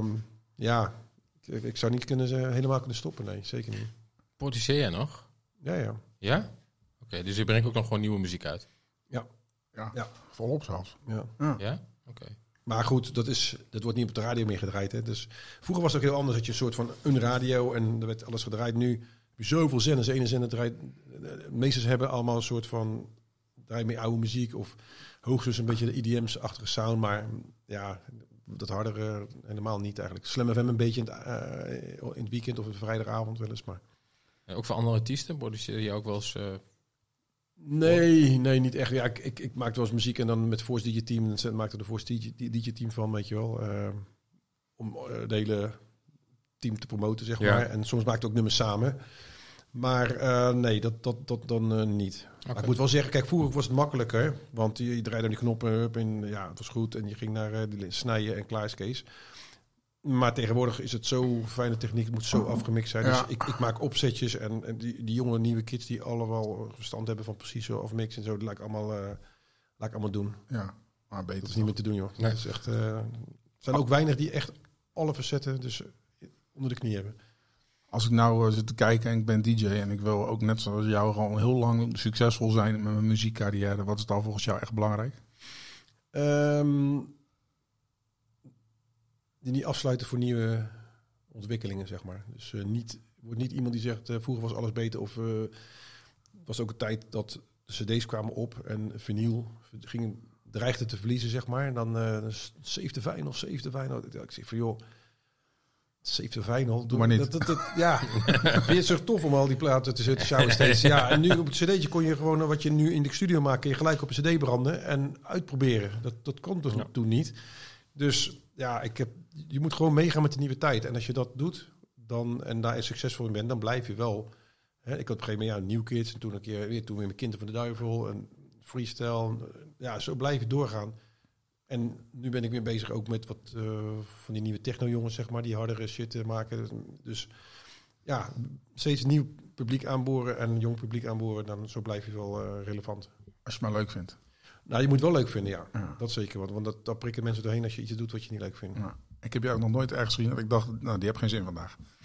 ik zou niet helemaal kunnen stoppen, nee, zeker niet. Produceer jij nog? Ja. Ja? Oké, dus je brengt ook nog gewoon nieuwe muziek uit? Ja. Volop zelfs. Ja? Oké. Maar goed, dat wordt niet op de radio meer gedraaid. Hè. Dus vroeger was het ook heel anders, dat je een soort van een radio en er werd alles gedraaid. Nu heb je zoveel zenders, de ene zender draait... De meesters hebben allemaal een soort van... draai meer oude muziek of hoogstens een beetje de IDM's-achtige sound, maar ja... Dat harder helemaal niet eigenlijk. Slam FM een beetje in het weekend of de vrijdagavond wel eens. Maar... Ja, ook voor andere artiesten? Produceer je ook wel eens... Nee, niet echt. Ja, ik maakte wel eens muziek en dan met Force DJ Team. Dan maakte de Force DJ Team van, weet je wel. Om het hele team te promoten, zeg maar. En soms maakte ook nummers samen. Maar nee, dat dan niet. Okay. Maar ik moet wel zeggen, kijk, vroeger was het makkelijker. Want je draaide die knoppen up en het was goed. En je ging naar die snijden en klaar is Kees. Maar tegenwoordig is het zo fijne techniek, het moet zo afgemixt zijn. Dus ik maak opzetjes en die jonge nieuwe kids die allemaal verstand hebben van precies zo afmixen en zo. Dat laat ik allemaal doen. Ja, maar beter. Dat is niet meer te doen, joh. Nee. Dat is echt, er zijn ook weinig die echt alle facetten dus onder de knie hebben. Als ik nou zit te kijken en ik ben DJ en ik wil ook net zoals jou gewoon heel lang succesvol zijn met mijn muziekcarrière. Wat is dan volgens jou echt belangrijk? Die niet afsluiten voor nieuwe ontwikkelingen, zeg maar. Dus wordt niet iemand die zegt, vroeger was alles beter. Of was ook een tijd dat de cd's kwamen op en vinyl dreigde te verliezen, zeg maar. En dan save the vinyl. Ik zeg van, joh, save the vinyl. Doe maar niet. Vind je het zo tof om al die platen te zetten, sjouwen steeds. Ja, en nu op het cd'tje kon je gewoon wat je nu in de studio maakt, kun je gelijk op een cd branden en uitproberen. Dat kon dus toen niet. Dus ja, je moet gewoon meegaan met de nieuwe tijd. En als je dat doet, en daar succesvol in bent, dan blijf je wel. Hè, ik had op een gegeven moment New Kids en toen weer met Kinderen van de Duivel en freestyle. Ja, zo blijf je doorgaan. En nu ben ik weer bezig ook met wat van die nieuwe techno-jongens, zeg maar, die hardere shit maken. Dus ja, steeds een nieuw publiek aanboren en een jong publiek aanboren, dan zo blijf je wel relevant. Als je het maar leuk vindt. Nou, je moet wel leuk vinden, ja. Dat zeker. Want dat prikken mensen doorheen als je iets doet wat je niet leuk vindt. Ja. Ik heb jou ook nog nooit ergens gezien dat ik dacht, nou, die heb geen zin vandaag.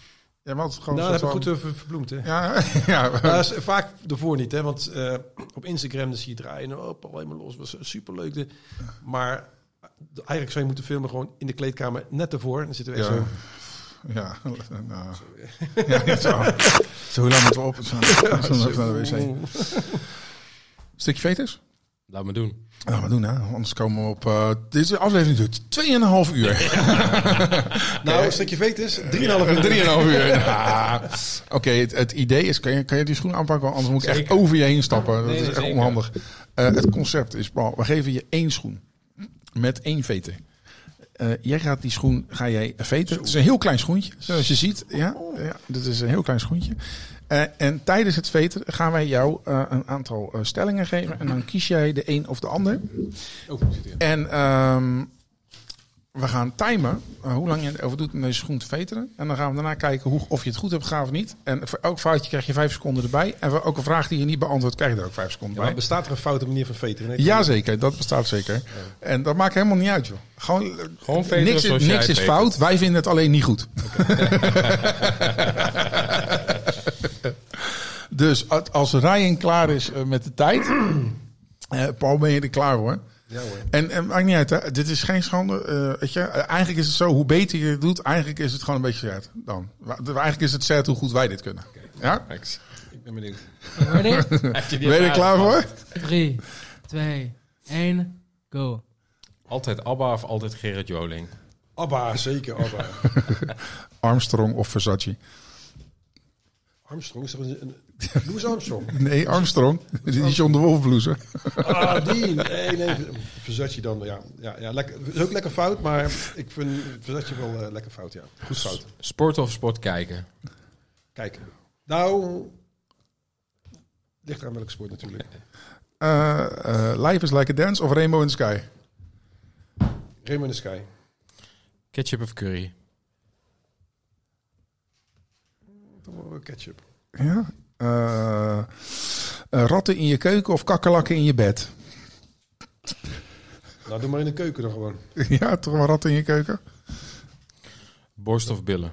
Ja, maar het is gewoon Nou, dat heb ik zo- goed verbloemd, hè. Ja, ja. Maar dat is vaak ervoor niet, hè. Want op Instagram dan zie je draaien. Oh, Paul helemaal los, was superleuk. Maar eigenlijk zou je moeten filmen gewoon in de kleedkamer net ervoor. Dan zitten we echt Ja. zo... Ja, nou. Ja, zo lang moeten we op. Zo naar de wc. Stukje veters? Laat me doen. Nou, we doen hè. Anders komen we op... deze aflevering duurt 2,5 uur. Nou, een stukje vetus, 3,5 3,5 uur. uur. Ja. Oké, het idee is... Kan je die schoen aanpakken? Want anders moet ik echt over je heen stappen. Dat is echt zeker. onhandig. Het concept is... Paul, we geven je 1 schoen. Met 1 veter. Jij gaat die schoen veten. Het is een heel klein schoentje, zoals je ziet. Ja, dit is een heel klein schoentje. En tijdens het veten gaan wij jou een aantal stellingen geven. En dan kies jij de een of de ander. Oh, zit hier. En we gaan timen hoe lang je erover doet om deze schoen te veteren. En dan gaan we daarna kijken of je het goed hebt gedaan of niet. En voor elk foutje krijg je 5 seconden erbij. En voor elke vraag die je niet beantwoordt, krijg je er ook 5 seconden Maar bij. bestaat er een foute manier van veteren? Jazeker, dat bestaat zeker. En dat maakt helemaal niet uit, joh. Gewoon veteren niks zoals jij is vetert. fout. Wij vinden het alleen niet goed. Dus als Ryan klaar is met de tijd... Paul, ben je er klaar hoor. Ja hoor. En maakt niet uit, hè. Dit is geen schande. Weet je, eigenlijk is het zo, hoe beter je het doet, eigenlijk is het gewoon een beetje sad dan. Eigenlijk is het sad hoe goed wij dit kunnen. Ja? Ik ben benieuwd. Ready? Ben je er klaar voor? 3, 2, 1, go. Altijd Abba of altijd Gerard Joling? Abba, zeker Abba. Armstrong of Versace? Armstrong is toch een Louis Armstrong? Nee, Armstrong. Die John de Wolf blouse. Ah, die. Nee. Versace dan, ja. Lekker, is ook lekker fout, maar ik vind Versace wel lekker fout, ja. Goed fout. Sport of sport kijken? Kijk. Nou, ligt eraan welke sport natuurlijk. Life is like a dance of Rainbow in the Sky? Rainbow in the Sky. Ketchup of curry? Toch wel ketchup. Ja. Ratten in je keuken of kakkerlakken in je bed? Nou, doe maar in de keuken dan gewoon. Ja, toch wel ratten in je keuken? Borst of billen?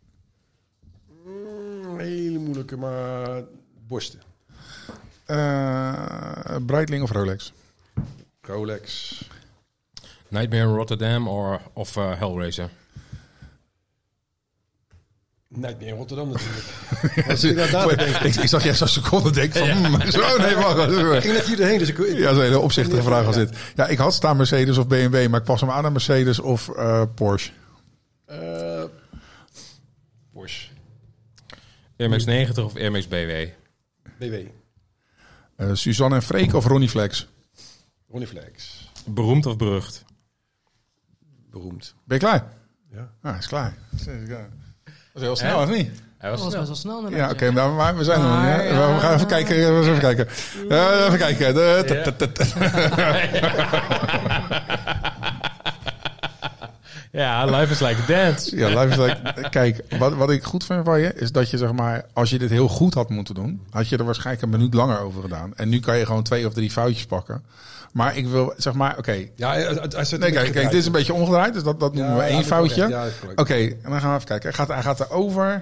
Hele moeilijke, maar borsten. Breitling of Rolex? Rolex. Nightmare in Rotterdam of Hellraiser? Nee, in Rotterdam natuurlijk. Wat zit ik daar te denken? Ik zag jij zo'n seconde denken van... Zo, nee, wacht. Ik ging net hierheen, dus ik... Ja, dat is een hele opzichtige vraag als dit. Ja, ik had staan Mercedes of BMW, maar ik pas hem aan naar Mercedes of Porsche. Porsche. Air Max 90 of Air Max BW? BW. Suzanne en Freek of Ronnie Flex? Ronnie Flex. Beroemd of berucht? Beroemd. Ben je klaar? Ja. Ah, hij is klaar. Dat is heel snel, of niet? Hij Dat was was best wel snel inderdaad. Ja, oké, maar we zijn er nog Maar, niet. Hè? ja. We gaan even kijken. Even kijken. Even kijken. Ja, life is like a dance. Ja, live is like, kijk, wat ik goed vind van je, is dat je zeg maar, als je dit heel goed had moeten doen, had je er waarschijnlijk een minuut langer over gedaan. En nu kan je gewoon 2 of 3 foutjes pakken. Maar ik wil, zeg maar, oké. Ja, hij zit Nee, kijk, dit is een beetje omgedraaid, dus dat noemen we 1 foutje. Ja, Oké, en dan gaan we even kijken. Hij gaat de over.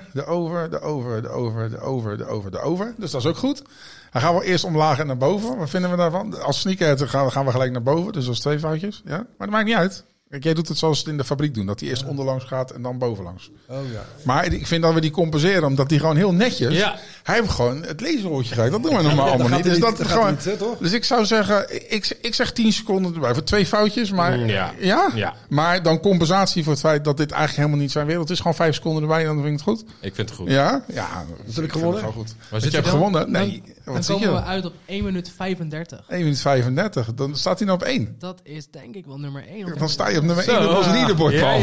Dus dat is ook goed. Hij gaat wel eerst omlaag en naar boven. Wat vinden we daarvan? Als sneakerhead gaan we gelijk naar boven. Dus dat is 2 foutjes. Ja? Maar dat maakt niet uit. Kijk, jij doet het zoals ze het in de fabriek doen. Dat hij eerst onderlangs gaat en dan bovenlangs. Oh ja. Maar ik vind dat we die compenseren. Omdat hij gewoon heel netjes... Ja. Hij heeft gewoon het lezeroortje gelijk. Dat doen we normaal allemaal niet. Dus, dat gewoon, dus ik zou zeggen... Ik zeg 10 seconden erbij. Voor 2 foutjes. Maar, Ja. Ja? Maar dan compensatie voor het feit dat dit eigenlijk helemaal niet zijn wereld is. Gewoon 5 seconden erbij en dan vind ik het goed. Ik vind het goed. Ja? Ja. Dat heb ik gewonnen. Gewoon goed. Waar Want zit je hebt hij dan? gewonnen. Nee. Dan Wat zie komen we je? uit op 1 minuut 35. 1 minuut 35. Dan staat hij nou op 1. Dat is denk ik wel nummer 1. Dan sta je op nummer Zo. 1 op ons leaderboard, Paul.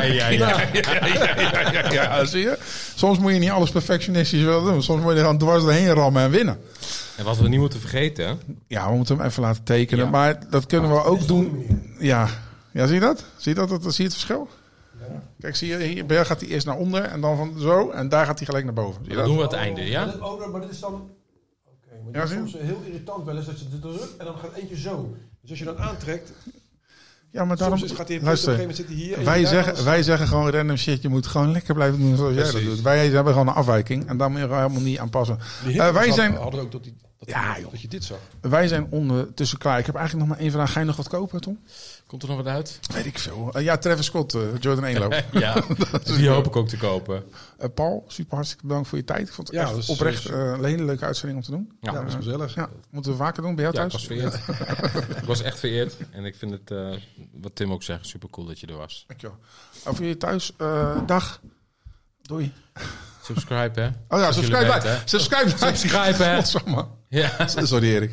Ja. Ja, zie je? Soms moet je niet alles perfectionistisch willen doen. Soms moet je er gewoon dwars doorheen rammen en winnen. En wat we niet moeten vergeten... Ja, we moeten hem even laten tekenen. Ja. Maar dat kunnen we ook doen. Ja. Ja, zie je dat? Zie je het verschil? Ja. Kijk, zie je, hier bij jou gaat hij eerst naar onder en dan van zo. En daar gaat hij gelijk naar boven. Zie je Dat dat? doen we aan het einde, ja? Maar dit is dan... Oké, maar Ja, dit is zie je? soms heel irritant wel eens dat je het drukt en dan gaat eentje zo. Dus als je dan aantrekt... Ja, maar daarom... Soms gaat hij op een luister, gegeven moment zit hij hier. wij zeggen gewoon random shit. Je moet gewoon lekker blijven doen zoals jij dat Precies. doet. Wij hebben gewoon een afwijking. En daar moet je helemaal niet aan passen. Wij zijn- hadden ook dat je dit zag. Wij zijn ondertussen klaar. Ik heb eigenlijk nog maar één vraag. Ga je nog wat kopen, Tom? Komt er nog wat uit? Weet ik veel. Ja, Travis Scott, Jordan 1 loop. Ja, die hoop ik ook te kopen. Paul, super hartstikke bedankt voor je tijd. Ik vond het Ja, echt dat is oprecht serieus. een hele leuke uitzending om te doen. Ja, Ja, dat is gezellig. Ja, moeten we vaker doen bij jou Ja, ik thuis? was vereerd. Ik was echt vereerd. En ik vind het, wat Tim ook zegt, super cool dat je er was. Dankjewel. Over je thuis. Dag. Doei. Subscribe, hè? Oh ja, Zoals jullie subscribe. weten, hè? Subscribe. Subscribe, hè? Godsamme. Ja. Sorry, Erik.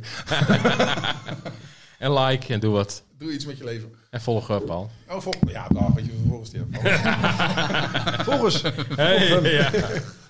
En like en doe wat. Doe iets met je leven. En volg Paul. Oh, ja, nou, weet je, volgens die. Volgens. Hey, ja.